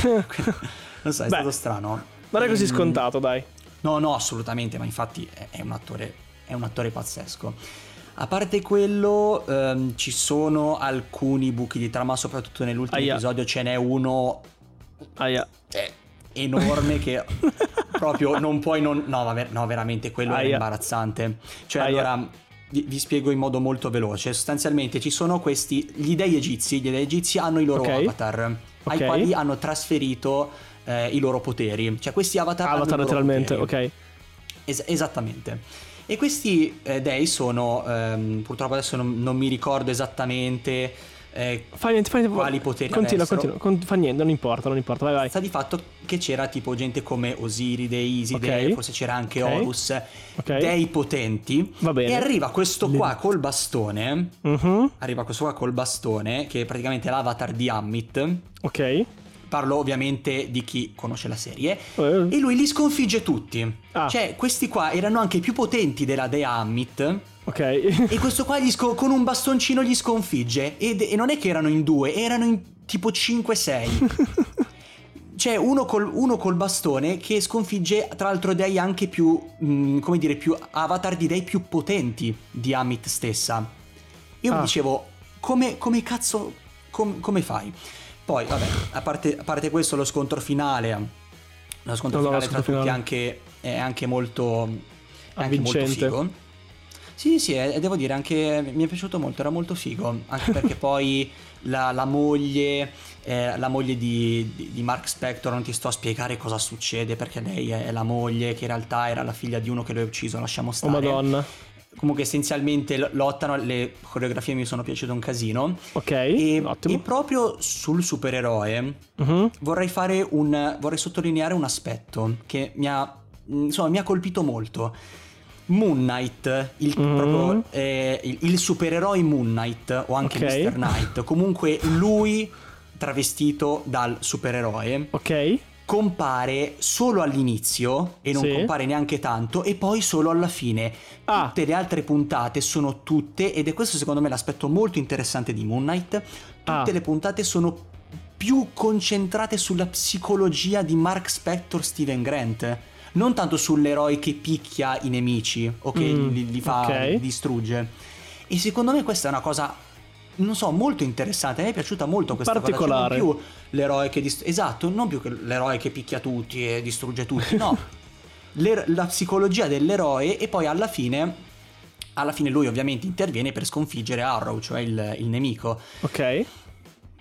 Non so, è Beh, stato strano. Non è così Ehm, scontato, dai. No, no, assolutamente, ma infatti è, è un attore, è un attore pazzesco. A parte quello, ehm, ci sono alcuni buchi di trama, soprattutto nell'ultimo Aia. episodio ce n'è uno Aia. eh, enorme che proprio non puoi non... No, vabbè, no, veramente, quello Aia. è imbarazzante. Cioè, Aia. allora, vi, vi spiego in modo molto veloce. Sostanzialmente ci sono questi... Gli dei egizi, gli dei egizi hanno i loro Ok. avatar, ai Ok. quali hanno trasferito eh, i loro poteri. Cioè, questi avatar hanno Avatar i loro letteralmente, poteri. ok. Es- esattamente. E questi eh, dei sono, ehm, purtroppo adesso non, non mi ricordo esattamente eh, Fa niente, fa niente. quali poteri Continua, avessero. continua. Con- fa niente, non importa, non importa. Vai, vai. Sta di fatto che c'era tipo gente come Osiride, Iside, Ok. forse c'era anche Ok. Horus, Ok. dei potenti. Va bene. E arriva questo qua col bastone, Mhm. arriva questo qua col bastone, che è praticamente l'avatar di Ammit. Ok. Parlo ovviamente di chi conosce la serie. Eh. E lui li sconfigge tutti. Ah. Cioè, questi qua erano anche più potenti della dea Ammit. Ok. E questo qua gli sco- con un bastoncino gli sconfigge. Ed- e non è che erano in due, erano in tipo cinque sei. C'è uno col, uno col bastone che sconfigge, tra l'altro, dei anche più, mh, come dire, più avatar di dei più potenti di Ammit stessa. Io Ah. mi dicevo, come, come cazzo, com- come fai? Poi, vabbè, a parte, a parte questo, lo scontro finale, lo scontro No, no, lo finale tra scontro tutti finale. anche, è anche molto, è anche molto Avvincente. figo. Sì, sì, e devo dire, anche mi è piaciuto molto, era molto figo, anche perché poi la, la moglie, eh, la moglie di, di, di Mark Spector, non ti sto a spiegare cosa succede, perché lei è la moglie, che in realtà era la figlia di uno che lo ha ucciso, lasciamo Oh stare. madonna. Comunque essenzialmente lo- lottano, le coreografie mi sono piaciute un casino. Ok. E, Ottimo. e proprio sul supereroe Mhm. vorrei fare un vorrei sottolineare un aspetto che mi ha insomma mi ha colpito molto. Moon Knight, il, Mhm. proprio, eh, il, il supereroe Moon Knight, o anche Ok. mister Knight, comunque lui travestito dal supereroe, Ok. compare solo all'inizio e non Sì. compare neanche tanto, e poi solo alla fine. Ah. Tutte le altre puntate sono tutte, ed è questo secondo me l'aspetto molto interessante di Moon Knight, tutte Ah. le puntate sono più concentrate sulla psicologia di Mark Spector Steven Grant, non tanto sull'eroe che picchia i nemici o che Mm, li, li fa ok. distrugge. E secondo me questa è una cosa, non so, molto interessante. A me è piaciuta molto questa Particolare. cosa, cioè non più l'eroe che dist- esatto, non più che l'eroe che picchia tutti e distrugge tutti, no. L'er- la psicologia dell'eroe, e poi alla fine alla fine lui ovviamente interviene per sconfiggere Arrow, cioè il, il nemico. Ok.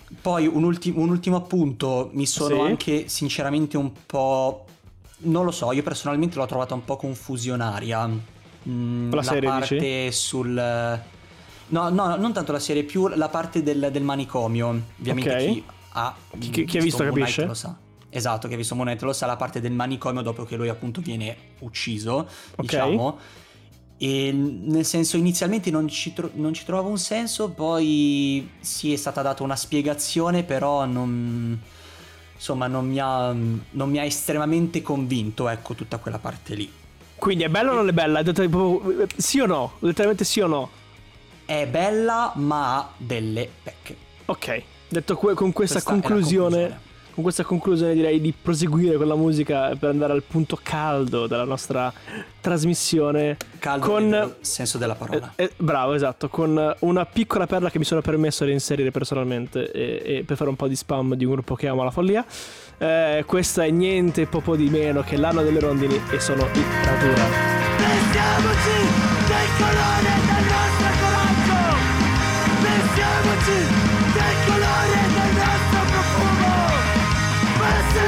Poi un, ulti- un ultimo appunto, mi sono Sì. anche sinceramente un po', non lo so, io personalmente l'ho trovata un po' confusionaria. Mm, La serie, parte dici? sul... No, no, non tanto la serie, più la parte del, del manicomio. Ovviamente Ok. chi ha, Chi- chi- chi ha visto Moon Knight capisce? lo sa. Esatto, chi ha visto Moon Knight lo sa, la parte del manicomio dopo che lui appunto viene ucciso, Ok. diciamo. E nel senso, inizialmente non ci, tro- non ci trovavo un senso, poi sì, è stata data una spiegazione, però non, insomma, non mi ha, non mi ha estremamente convinto, ecco, tutta quella parte lì. Quindi è bella o non è bella? È detto proprio sì o no? Letteralmente sì o no? È bella, ma ha delle pecche. Ok, detto que- con questa, Questa è la conclusione, conclusione. con questa conclusione direi di proseguire con la musica per andare al punto caldo della nostra trasmissione. Caldo con nel senso della parola. Eh, eh, bravo, esatto, con una piccola perla che mi sono permesso di inserire personalmente e, e per fare un po' di spam di un gruppo che ama la follia. Eh, questa è niente poco di meno che l'anno delle rondini e sono i Radura. Vestiamoci del colore del nostro coraggio, vestiamoci del colore del nostro profumo, ma se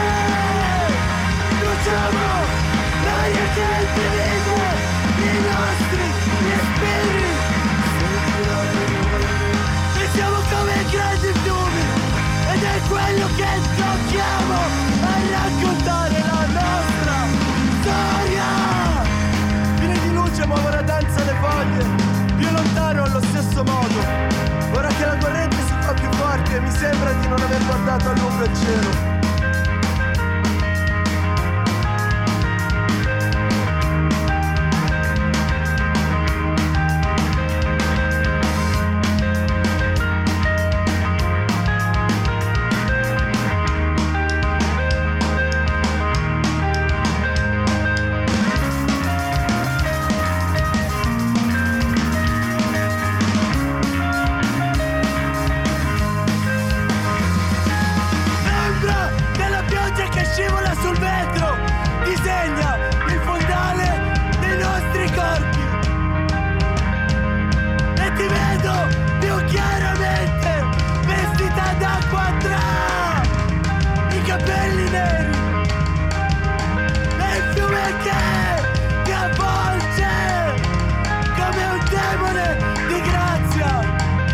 bruciamo l'aria che intimida i nostri respiri, e siamo come grandi fiumi, ed è quello che giochiamo a raccontare la nostra storia. Fine di luce muove la danza le foglie, più lontano allo stesso modo. Ora che la corrente si fa più forte, mi sembra di non aver guardato a lungo il cielo. L'ombra della pioggia che scivola sul vetro disegna il fondale dei nostri corpi, e ti vedo più chiaramente vestita d'acqua tra i capelli neri e il fiume che ti avvolge come un demone di grazia.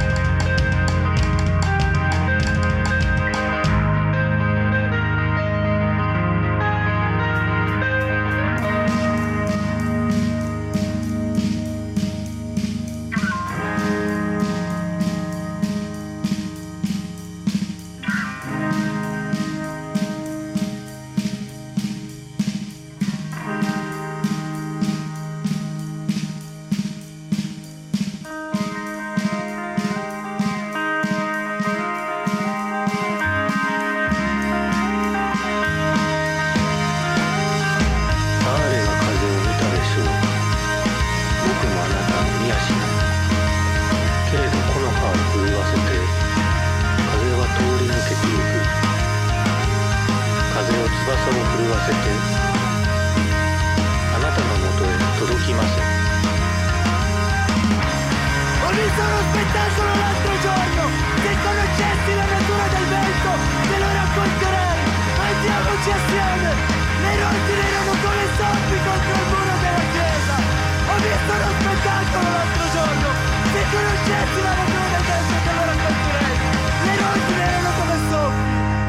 Ho visto uno spettacolo l'altro giorno, se conoscessi la natura del vento te lo racconterei. Andiamoci assieme, le rondini erano come zombi contro il muro della chiesa. Ho visto uno spettacolo l'altro giorno, se conoscessi la natura del vento te lo racconterei. Le rondini erano come zombi.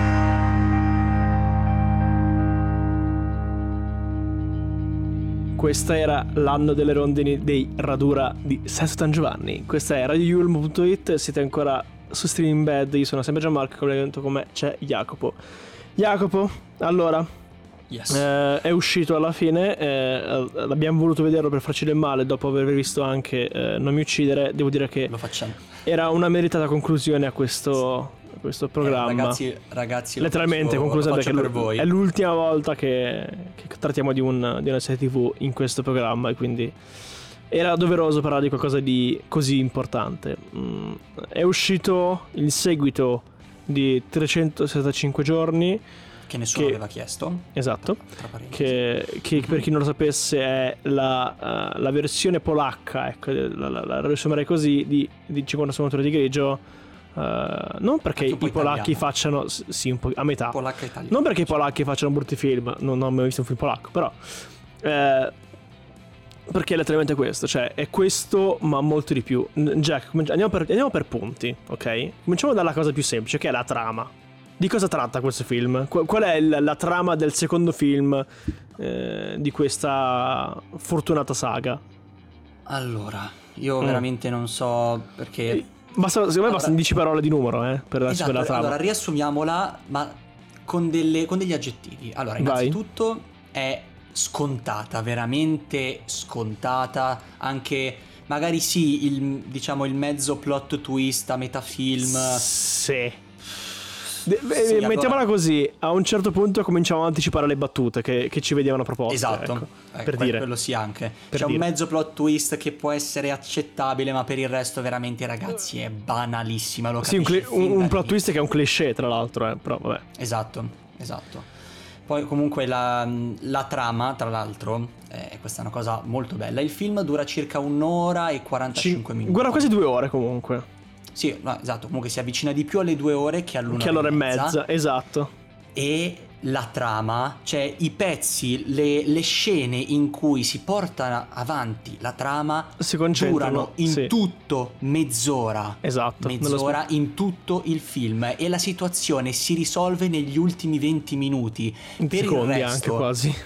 Questa era l'anno delle rondini dei Radura di Sesto San Giovanni. Questa è radio yulm punto it, siete ancora su Streaming Bed, io sono sempre Gianmarco, collegamento con me c'è Jacopo. Jacopo, allora, Yes. eh, è uscito alla fine, eh, abbiamo voluto vederlo per farci del male dopo aver visto anche eh, Non mi uccidere, devo dire che Lo facciamo. era una meritata conclusione a questo, a questo programma. Eh, ragazzi, ragazzi, lo Letteralmente faccio- conclusione lo faccio perché per voi. è l'ultima volta che, che trattiamo di, un, di una serie tivù in questo programma e quindi era doveroso parlare di qualcosa di così importante. Mm, è uscito il seguito di trecentosessantacinque giorni, Che nessuno che- aveva chiesto. esatto, Tra parentesi. che, che per chi non lo sapesse è la, uh, la versione polacca, ecco, la, la, la riassumerei così, di, di cinquanta sfumature di grigio, Uh, non perché i polacchi italiano. facciano sì, un po' a metà. Polacca italiana. Non perché i polacchi facciano brutti film, non, non ho mai visto un film polacco, però eh, perché è letteralmente questo, cioè è questo ma molto di più. Jack, andiamo per, andiamo per punti, ok? Cominciamo dalla cosa più semplice, che è la trama. Di cosa tratta questo film? Qual, qual è il, la trama del secondo film eh, di questa fortunata saga? Allora, io mm. veramente non so perché... Basta, secondo me allora, bastano dieci parole di numero eh, per esatto, la trama. Allora riassumiamola, ma con, delle, con degli aggettivi. Allora, innanzitutto Vai. è scontata, veramente scontata. Anche magari sì, il, diciamo il mezzo plot twist a metà film. Sì. De- sì mettiamola allora... così, a un certo punto cominciamo a anticipare le battute che, che ci vedevano proposte. Esatto, ecco, eh, per que- dire. quello sì anche. Per C'è dire. un mezzo plot twist che può essere accettabile, ma per il resto veramente ragazzi è banalissima. Lo sì, un, cli- un, un plot lì. twist che è un cliché tra l'altro, eh, però vabbè. Esatto, esatto. Poi comunque la, la trama, tra l'altro, eh, questa è una cosa molto bella. Il film dura circa un'ora e quarantacinque Ci... minuti. Guarda, quasi due ore comunque. Sì, no, esatto, comunque si avvicina di più alle due ore che all'una che all'ora e mezza. mezza. Esatto. E la trama, cioè i pezzi, le, le scene in cui si porta avanti la trama si concentrano durano in sì. tutto mezz'ora. Esatto. Mezz'ora sp- in tutto il film e la situazione si risolve negli ultimi venti minuti. In per secondi il resto, anche quasi.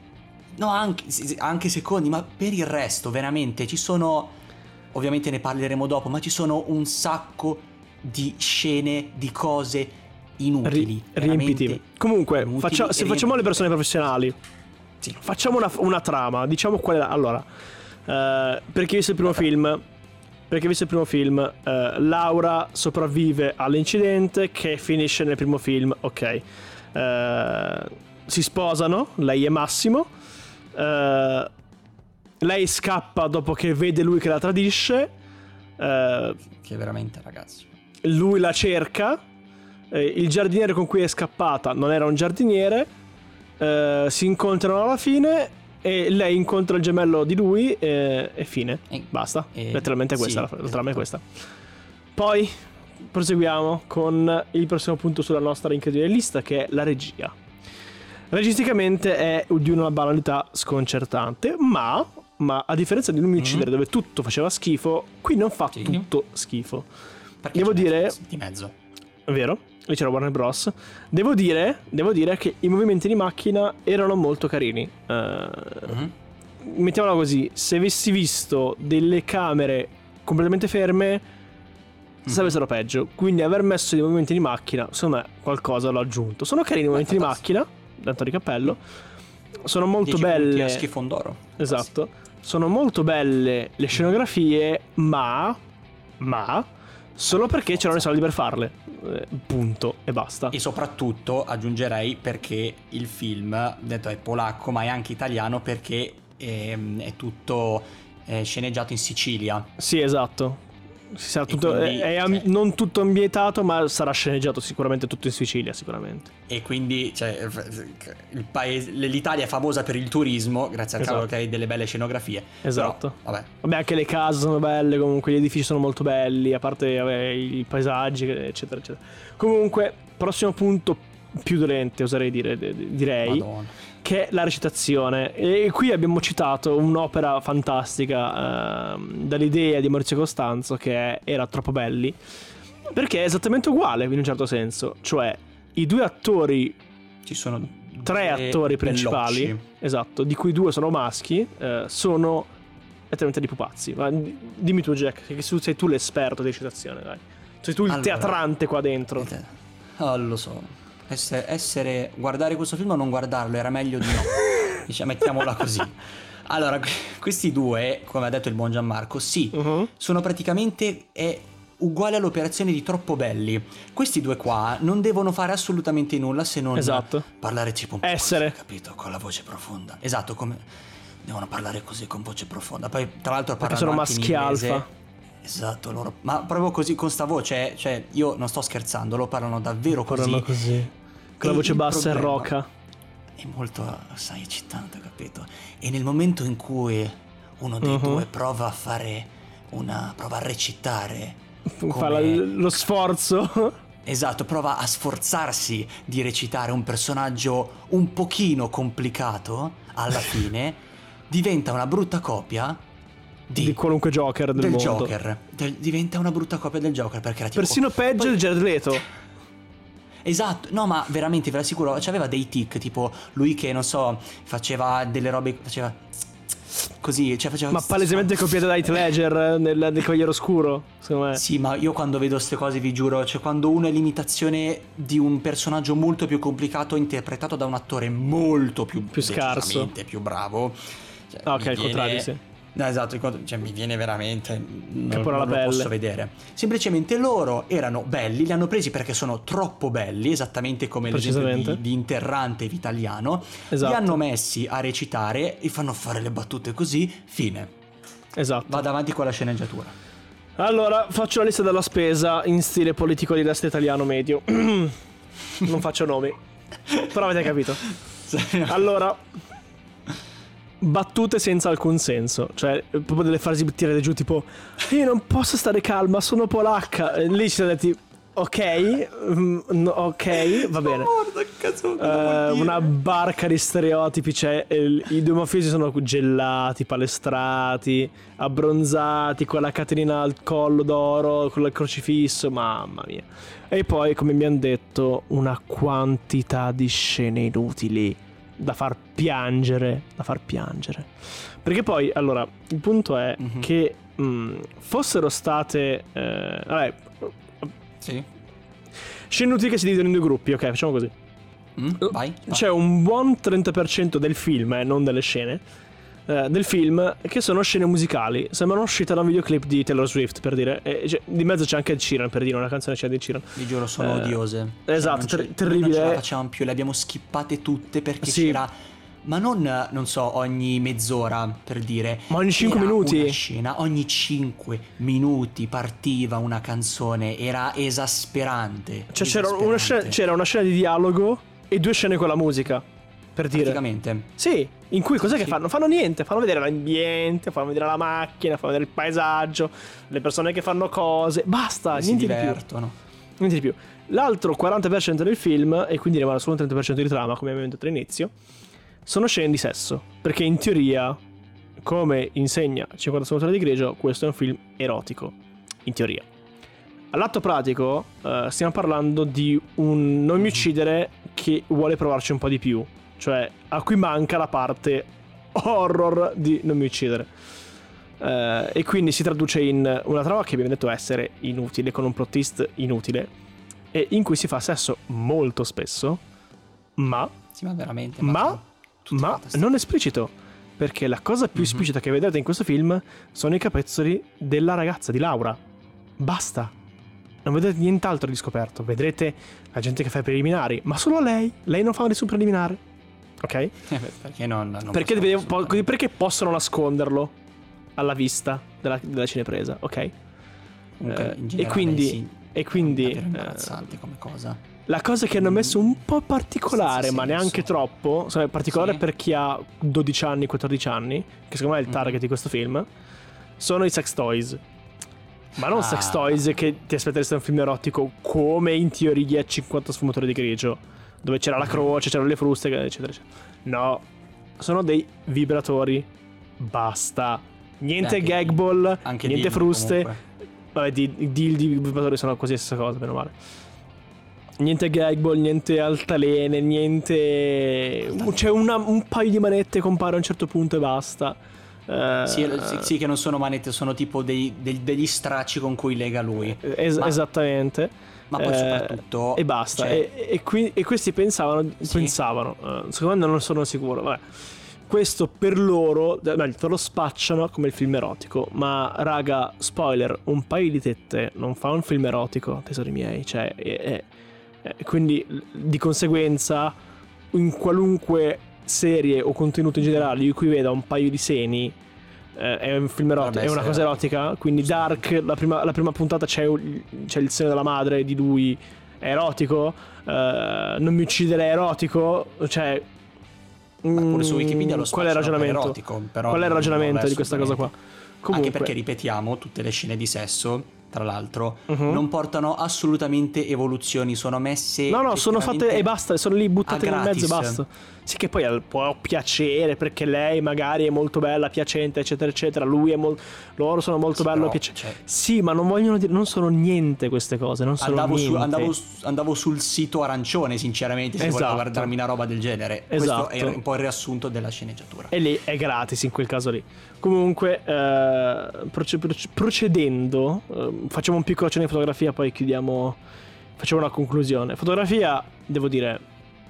No, anche, anche secondi, ma per il resto veramente ci sono... Ovviamente ne parleremo dopo, ma ci sono un sacco di scene, di cose inutili. Ri- riempitivi. Comunque, inutili faccia- se e facciamo le persone professionali, sì. facciamo una, una trama. Diciamo qual è la- Allora, uh, per chi ha visto il primo Vabbè. film, per chi ha visto il primo film, uh, Laura sopravvive all'incidente che finisce nel primo film. Ok, uh, si sposano, lei e Massimo. Uh, Lei scappa dopo che vede lui che la tradisce. eh, Che veramente ragazzi. Lui la cerca. eh, Il giardiniere con cui è scappata non era un giardiniere. eh, Si incontrano alla fine e lei incontra il gemello di lui e, e fine. E, Basta. e, Letteralmente questa, sì, la, la trama è esatto. questa. Poi proseguiamo con il prossimo punto sulla nostra incredibile lista, che è la regia. Registicamente è di una banalità sconcertante, ma... Ma a differenza di Non mi uccidere, mm-hmm. dove tutto faceva schifo, qui non fa sì. tutto schifo. Perché devo dire di mezzo. È vero, lì c'era Warner Bros. Devo dire, devo dire che i movimenti di macchina erano molto carini. uh, mm-hmm. Mettiamola così, se avessi visto delle camere completamente ferme mm-hmm. sarebbe stato peggio. Quindi aver messo dei movimenti di macchina, secondo me qualcosa l'ho aggiunto. Sono carini i movimenti di macchina, tanto di cappello. Sono molto belle. Schifon d'oro. Esatto. Sono molto belle le scenografie, ma ma solo perché c'erano i soldi per farle. Eh, punto e basta. E soprattutto aggiungerei perché il film, detto è polacco, ma è anche italiano perché è, è tutto è sceneggiato in Sicilia. Sì, esatto. Sarà tutto, quindi, è, è cioè, non tutto ambientato, ma sarà sceneggiato sicuramente tutto in Sicilia, sicuramente. E quindi cioè, il paese, l'Italia è famosa per il turismo, grazie al esatto. cavolo che hai delle belle scenografie. Esatto. Però, vabbè. vabbè, anche le case sono belle, comunque gli edifici sono molto belli, a parte vabbè, i paesaggi, eccetera, eccetera. Comunque, prossimo punto più dolente, oserei dire, direi. Madonna. Che è la recitazione. E qui abbiamo citato un'opera fantastica eh, dall'idea di Maurizio Costanzo, che è Era troppo belli, perché è esattamente uguale in un certo senso. Cioè i due attori, ci sono tre attori principali bellocci. Esatto, di cui due sono maschi, eh, sono letteralmente dei pupazzi. Ma dimmi tu, Jack, che sei tu l'esperto di recitazione, dai. Sei tu il allora, teatrante qua dentro. Oh, lo so. Essere, essere guardare questo film o non guardarlo era meglio di no. Diciamo, mettiamola così. Allora, questi due, come ha detto il buon Gianmarco, sì, uh-huh. sono praticamente è uguale all'operazione di Troppo belli. Questi due qua non devono fare assolutamente nulla se non esatto. parlare tipo un po' essere così, capito? Con la voce profonda. Esatto, come devono parlare così con voce profonda. Poi tra l'altro parlano sono anche maschi in inglese. alfa. Esatto, loro, ma proprio così con sta voce, cioè io non sto scherzando, lo parlano davvero parlano così. così. Con la voce bassa e roca. È molto, sai, eccitante, capito? E nel momento in cui uno dei uh-huh. due prova a fare una prova a recitare fa la, lo sforzo. Esatto, prova a sforzarsi di recitare un personaggio un pochino complicato, alla fine diventa una brutta copia di, di qualunque Joker del, del mondo. Joker. Del, diventa una brutta copia del Joker perché era tipo, persino peggio poi, di Jared Leto. Esatto, no, ma veramente ve l'assicuro, c'aveva dei tic, tipo lui che non so, faceva delle robe, faceva così, cioè faceva ma palesemente copiate da Heath Ledger nel, nel Cavaliere Oscuro, secondo me. Sì, ma io quando vedo queste cose vi giuro, cioè quando uno è l'imitazione di un personaggio molto più complicato interpretato da un attore molto più, più scarso, più bravo, cioè, ah, ok, il viene... contrario, sì. No, esatto, cioè mi viene veramente non, Capo alla non lo pelle. posso vedere. Semplicemente loro erano belli, li hanno presi perché sono troppo belli, esattamente come l'esempio di, di Interrante Vitaliano. Esatto. Li hanno messi a recitare e fanno fare le battute così, fine. Esatto. Vado avanti con la sceneggiatura. Allora, faccio la lista della spesa in stile politico di destra italiano medio. Non faccio nomi, però avete capito. Allora, battute senza alcun senso, cioè proprio delle frasi tirate giù tipo io non posso stare calma, sono polacca. E lì ci siamo detti ok, mm, no, ok, va bene. uh, Una barca di stereotipi, cioè il, i due mafiosi sono gelati, palestrati, abbronzati, con la catenina al collo d'oro, con il crocifisso, mamma mia. E poi, come mi hanno detto, una quantità di scene inutili da far piangere, da far piangere. Perché poi, allora, il punto è mm-hmm. che mh, fossero state eh, vabbè, sì. scene inutili che si dividono in due gruppi, ok, facciamo così. Mm, vai, vai. C'è un buon trenta per cento del film, eh, non delle scene, eh, del film che sono scene musicali. Sembrano uscite da un videoclip di Taylor Swift, per dire. E, cioè, di mezzo c'è anche Ed Sheeran, per dire, una canzone c'è di Ed Sheeran. Vi giuro, sono eh, odiose. Esatto, cioè, ter- terribile. Non ce la facciamo più, le abbiamo skippate tutte perché sì. c'era... Ma non, non so, ogni mezz'ora, per dire. Ma ogni cinque minuti. Una scena, ogni cinque minuti partiva una canzone, era esasperante. Cioè c'era esasperante. una, scena, c'era una scena di dialogo e due scene con la musica, per dire. Praticamente. Sì, in cui cos'è sì. che fanno? Fanno niente, fanno vedere l'ambiente, fanno vedere la macchina, fanno vedere il paesaggio, le persone che fanno cose, basta, E niente si di più. divertono. Niente di più. L'altro quaranta per cento del film, e quindi rimane solo un trenta per cento di trama, come abbiamo detto all'inizio, sono scene di sesso, perché in teoria, come insegna cinquanta sfumature di grigio, questo è un film erotico, in teoria. All'atto pratico uh, stiamo parlando di un non mi uccidere che vuole provarci un po' di più, cioè a cui manca la parte horror di non mi uccidere. Uh, e quindi si traduce in una trama che abbiamo detto essere inutile, con un plot twist inutile, e in cui si fa sesso molto spesso, ma... Sì, ma veramente... Ma... Ma non esplicito, perché la cosa più esplicita mm-hmm. che vedrete in questo film sono i capezzoli della ragazza, di Laura. Basta. Non vedrete nient'altro di scoperto. Vedrete la gente che fa i preliminari, ma solo lei. Lei non fa nessun preliminare. Ok? Perché non, non perché, deve, po- perché possono nasconderlo alla vista della, della cinepresa, ok? Comunque, eh, e quindi... Sì, e quindi... è imbarazzante eh, come cosa. La cosa che hanno messo un po' particolare, ma neanche troppo, cioè particolare sì. per chi ha dodici anni, quattordici anni, che secondo me è il target mm. di questo film, sono i sex toys. Ma non ah. sex toys che ti aspetteresti da un film erotico come in teoria cinquanta sfumature di grigio, dove c'era la croce, c'erano le fruste, eccetera, eccetera. No, sono dei vibratori. Basta. Niente Beh, gag ball, niente dildi, fruste. Comunque. Vabbè, di, di, di vibratori sono quasi la stessa cosa, meno male. Niente gag ball, niente altalene, niente... C'è una, un paio di manette compare a un certo punto e basta. Uh, sì, sì, sì, che non sono manette, sono tipo dei, dei, degli stracci con cui lega lui. Es- ma, esattamente. Ma poi eh, soprattutto... E basta. Cioè... E, e, qui, e questi pensavano, sì. pensavano uh, secondo me non sono sicuro, vabbè. Questo per loro, meglio, te lo spacciano come il film erotico. Ma raga, spoiler, un paio di tette non fa un film erotico, tesori miei. Cioè, è... è quindi di conseguenza in qualunque serie o contenuto in generale di cui veda un paio di seni eh, è un film erotico, è una cosa erotica. Quindi Dark, la prima, la prima puntata c'è, c'è il seno della madre di lui, è erotico. eh, Non mi uccidere è erotico. Cioè mm, su Wikipedia lo qual è il ragionamento? Erotico, però qual è il ragionamento di questa cosa qua? Comunque, anche perché ripetiamo, tutte le scene di sesso tra l'altro, uh-huh. non portano assolutamente evoluzioni, sono messe no no sono fatte e basta, sono lì buttate nel mezzo e basta. Sì, che poi può piacere perché lei magari è molto bella, piacente, eccetera eccetera, lui è molto, loro sono molto sì, bello, piacente, cioè... sì, ma non vogliono dire, non sono niente queste cose, non sono andavo, niente. su, andavo, andavo sul sito arancione sinceramente se esatto. volevo guardarmi una roba del genere. Esatto. Questo è un po' il riassunto della sceneggiatura e lì è gratis in quel caso lì. Comunque eh, proce- proce- procedendo eh, facciamo un piccolo accenno di fotografia, poi chiudiamo, facciamo una conclusione. Fotografia, devo dire,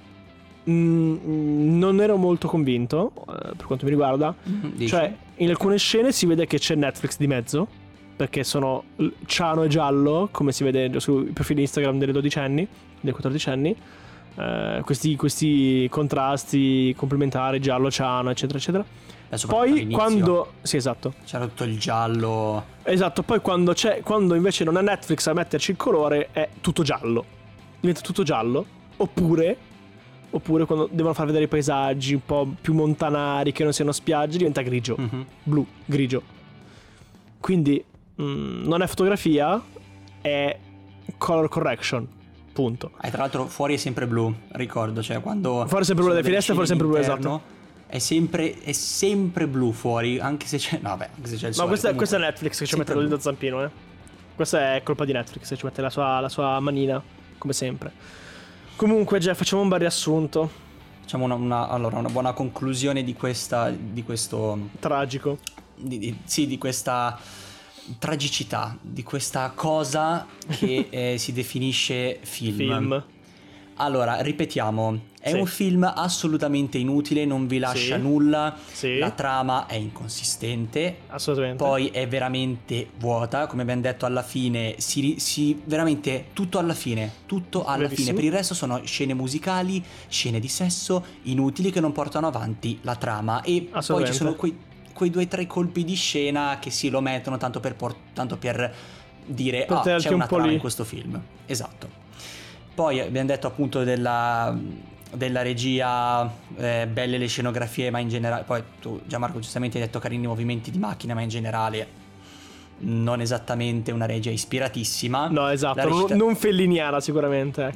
mh, non ero molto convinto eh, per quanto mi riguarda. mm-hmm, cioè in alcune scene si vede che c'è Netflix di mezzo, perché sono ciano e giallo, come si vede sui profili Instagram delle dodicenni, dei quattordicenni. Uh, questi, questi contrasti complementari, giallo, ciano, eccetera eccetera. Adesso poi quando sì, esatto, c'era tutto il giallo, esatto, poi quando c'è, quando invece non è Netflix a metterci il colore, è tutto giallo, diventa tutto giallo. Oppure oppure quando devono far vedere i paesaggi un po' più montanari che non siano spiagge, diventa grigio, mm-hmm. blu, grigio. Quindi mh, non è fotografia, è color correction. Punto. E tra l'altro fuori è sempre blu, ricordo, cioè quando fuori è sempre blu dalle finestre, fuori è sempre blu, esatto. È sempre, è sempre blu fuori, anche se c'è, no, vabbè, anche se c'è il sole. No, questa, comunque, questa è Netflix che ci mette blu. lo zampino, eh. Questa è colpa di Netflix, ci mette la sua, la sua manina, come sempre. Comunque, Jeff, facciamo un bel riassunto. Facciamo una, una, allora, una buona conclusione di questa, di questo tragico. Di, di, sì, di questa tragicità, di questa cosa che eh, si definisce film. Film. Allora, ripetiamo, è sì. un film assolutamente inutile, non vi lascia sì. nulla, sì. la trama è inconsistente, assolutamente. Poi è veramente vuota, come abbiamo detto alla fine, si, si veramente tutto alla fine, tutto alla Verissimo. fine, per il resto sono scene musicali, scene di sesso, inutili che non portano avanti la trama e poi ci sono quei, quei due o tre colpi di scena che si lo mettono tanto per, por- tanto per dire per ah, c'è una un po' trama lì. in questo film, esatto. Poi abbiamo detto appunto della, della regia, eh, belle le scenografie, ma in generale, poi tu Gianmarco giustamente hai detto carini i movimenti di macchina, ma in generale non esattamente una regia ispiratissima. No, esatto, recita... non, non felliniana sicuramente.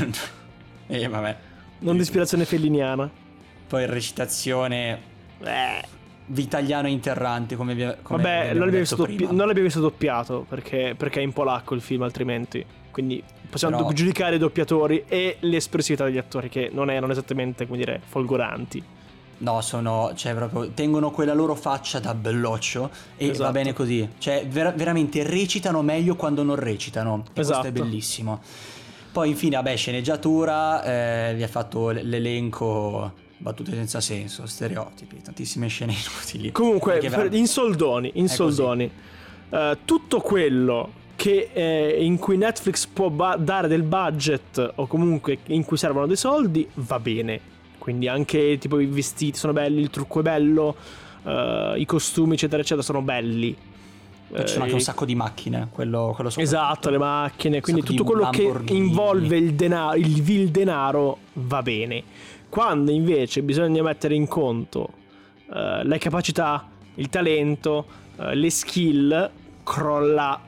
eh vabbè. Non di ispirazione felliniana. Poi recitazione eh. Vitaliano interrante, come, vi, come vabbè, non l'abbiamo, visto doppi- prima. non l'abbiamo visto doppiato perché, perché è in polacco il film, altrimenti. Quindi possiamo Però... giudicare i doppiatori e l'espressività degli attori, che non erano esattamente, come dire, folgoranti. No, sono, cioè proprio tengono quella loro faccia da belloccio e esatto. va bene così. Cioè ver- veramente recitano meglio quando non recitano. E esatto. Questo è bellissimo. Poi infine, vabbè, sceneggiatura, eh, vi ha fatto l- l'elenco, battute senza senso, stereotipi, tantissime scene inutili. Comunque, per, in soldoni, in soldoni, uh, tutto quello che eh, in cui Netflix può ba- dare del budget o comunque in cui servono dei soldi va bene. Quindi anche tipo i vestiti sono belli, il trucco è bello, uh, i costumi eccetera eccetera sono belli. Poi ci sono anche un sacco di macchine, quello, quello esatto, le macchine, quindi tutto quello che involve il denaro, il vil denaro va bene. Quando invece bisogna mettere in conto uh, le capacità, il talento, uh, le skill, crolla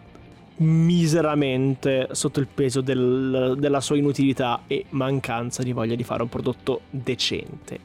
miseramente sotto il peso del, della sua inutilità e mancanza di voglia di fare un prodotto decente.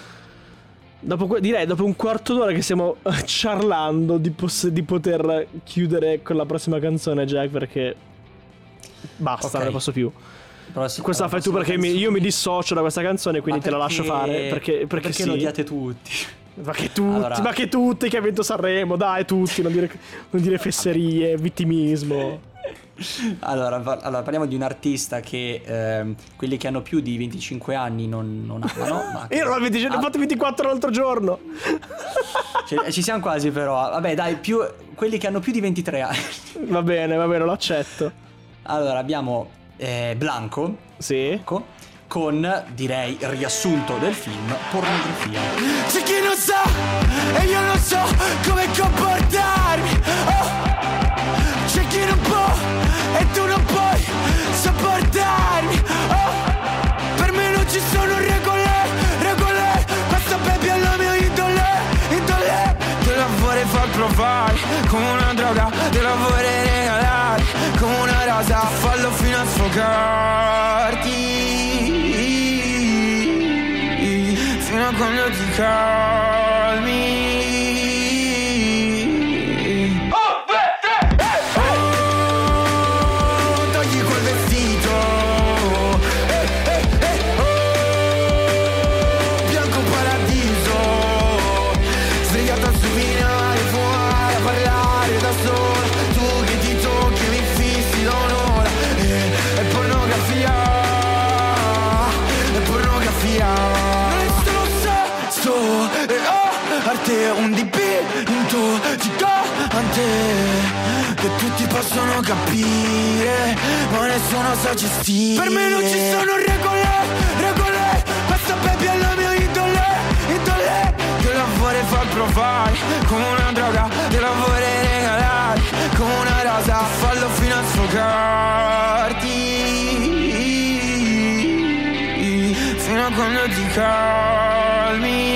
Dopo, direi dopo un quarto d'ora che stiamo ciarlando di, poss- di poter chiudere con la prossima canzone, Jack, perché basta, okay. Non ne posso più. Prossima, questa la fai tu perché mi, io mi dissocio da questa canzone, quindi te la lascio fare perché, perché, perché sì. lo odiate tutti. Ma che tutti, allora... ma che tutti che ha vinto Sanremo, dai, tutti, non dire, non dire fesserie, vittimismo. Allora, allora, parliamo di un artista che eh, quelli che hanno più di venticinque anni non, non amano. Ma io non ho venticinque, ah. ho fatto ventiquattro l'altro giorno. Cioè, ci siamo quasi però. Vabbè dai, più, quelli che hanno più di ventitré anni. Va bene, va bene, lo accetto. Allora abbiamo eh, Blanco. Sì. Ecco. Con, direi, il riassunto del film Pornografia. C'è chi non sa e io non so come comportarmi, oh. C'è chi non può e tu non puoi sopportarmi, oh. Per me non ci sono regole, regole. Questa baby è la mia indole, indole. Te la vorrei far provare come una droga, te la vorrei regalare. rosa, fallo fino a sfogarti, fino a quando ti calmi. Un dipinto gigante che tutti possono capire, ma nessuno sa gestire. Per me non ci sono regole, regole. Questa baby è la mia idole, idole. Te la vorrei far provare come una droga, te la vorrei regalare come una rosa, fallo fino a sfogarti, fino a quando ti calmi.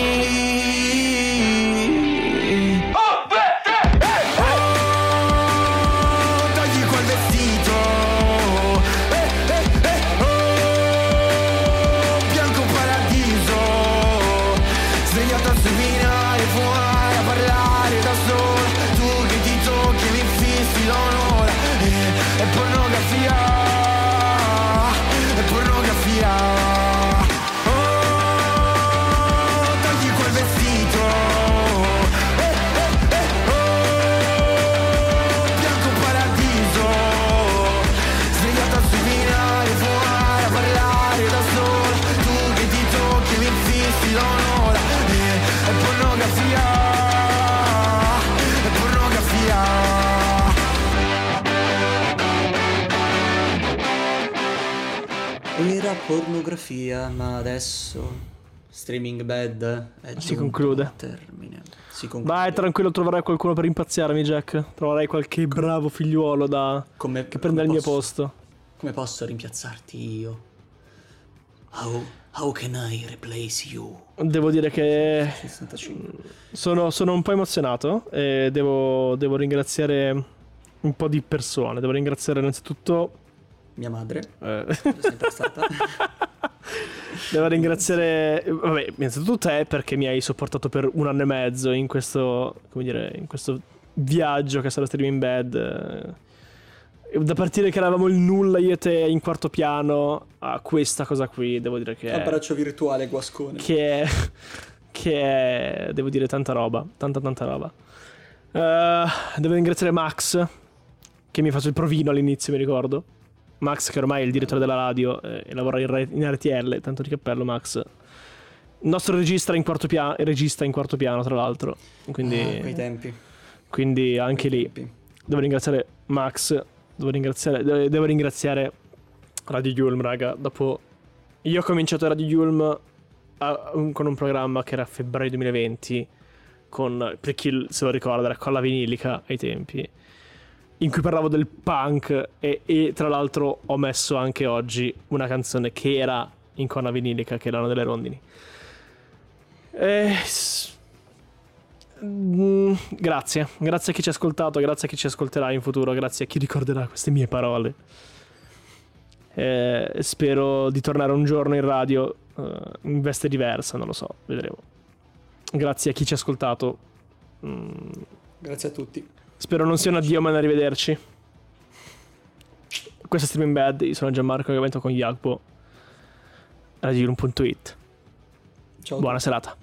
Era pornografia, ma adesso Streaming Bad è si conclude. a termine. Si conclude. Vai, tranquillo, troverai qualcuno per rimpiazzarmi, Jack. Troverai qualche bravo figliuolo da come, che prenda il mio posso, posto. Come posso rimpiazzarti io? How, how can I replace you? Devo dire che sessantacinque. Sono, sono un po' emozionato e devo, devo ringraziare un po' di persone. Devo ringraziare innanzitutto mia madre, eh. è sempre stata. Devo ringraziare, vabbè, innanzitutto te perché mi hai sopportato per un anno e mezzo in questo, come dire, in questo viaggio che sarà Streaming Bad. Da partire che eravamo il nulla io e te in quarto piano a questa cosa qui, devo dire che abbraccio virtuale guascone. Che è, che è, devo dire, tanta roba, tanta tanta roba. Uh, devo ringraziare Max che mi ha fatto il provino all'inizio, mi ricordo. Max che ormai è il direttore della radio eh, e lavora in, re- in R T L, tanto di cappello Max. Il nostro regista in quarto piano, regista in quarto piano tra l'altro. Quindi ah, quei tempi. Quindi anche quei lì tempi. devo ringraziare Max, devo ringraziare devo, devo ringraziare Radio Yulm, raga. Dopo io ho cominciato Radio Yulm a, un, con un programma che era febbraio duemilaventi con, per chi se lo ricorda, era con la vinilica ai tempi, in cui parlavo del punk e, e tra l'altro ho messo anche oggi una canzone che era in Conna Vinilica, che erano delle rondini. E... Mm, grazie, grazie a chi ci ha ascoltato, grazie a chi ci ascolterà in futuro, grazie a chi ricorderà queste mie parole. E spero di tornare un giorno in radio uh, in veste diversa, non lo so, vedremo. Grazie a chi ci ha ascoltato. Mm. Grazie a tutti. Spero non sia un addio ma un arrivederci. Questo è Streaming Bad, io sono Gianmarco che avvento con Jagpo, radiolum punto it. Ciao. Buona serata.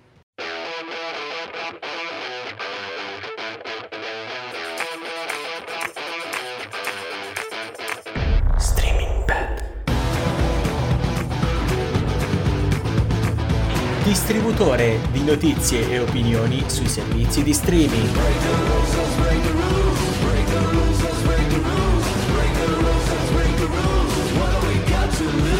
Streaming Bad. Distributore di notizie e opinioni sui servizi di streaming. What do we got to lose?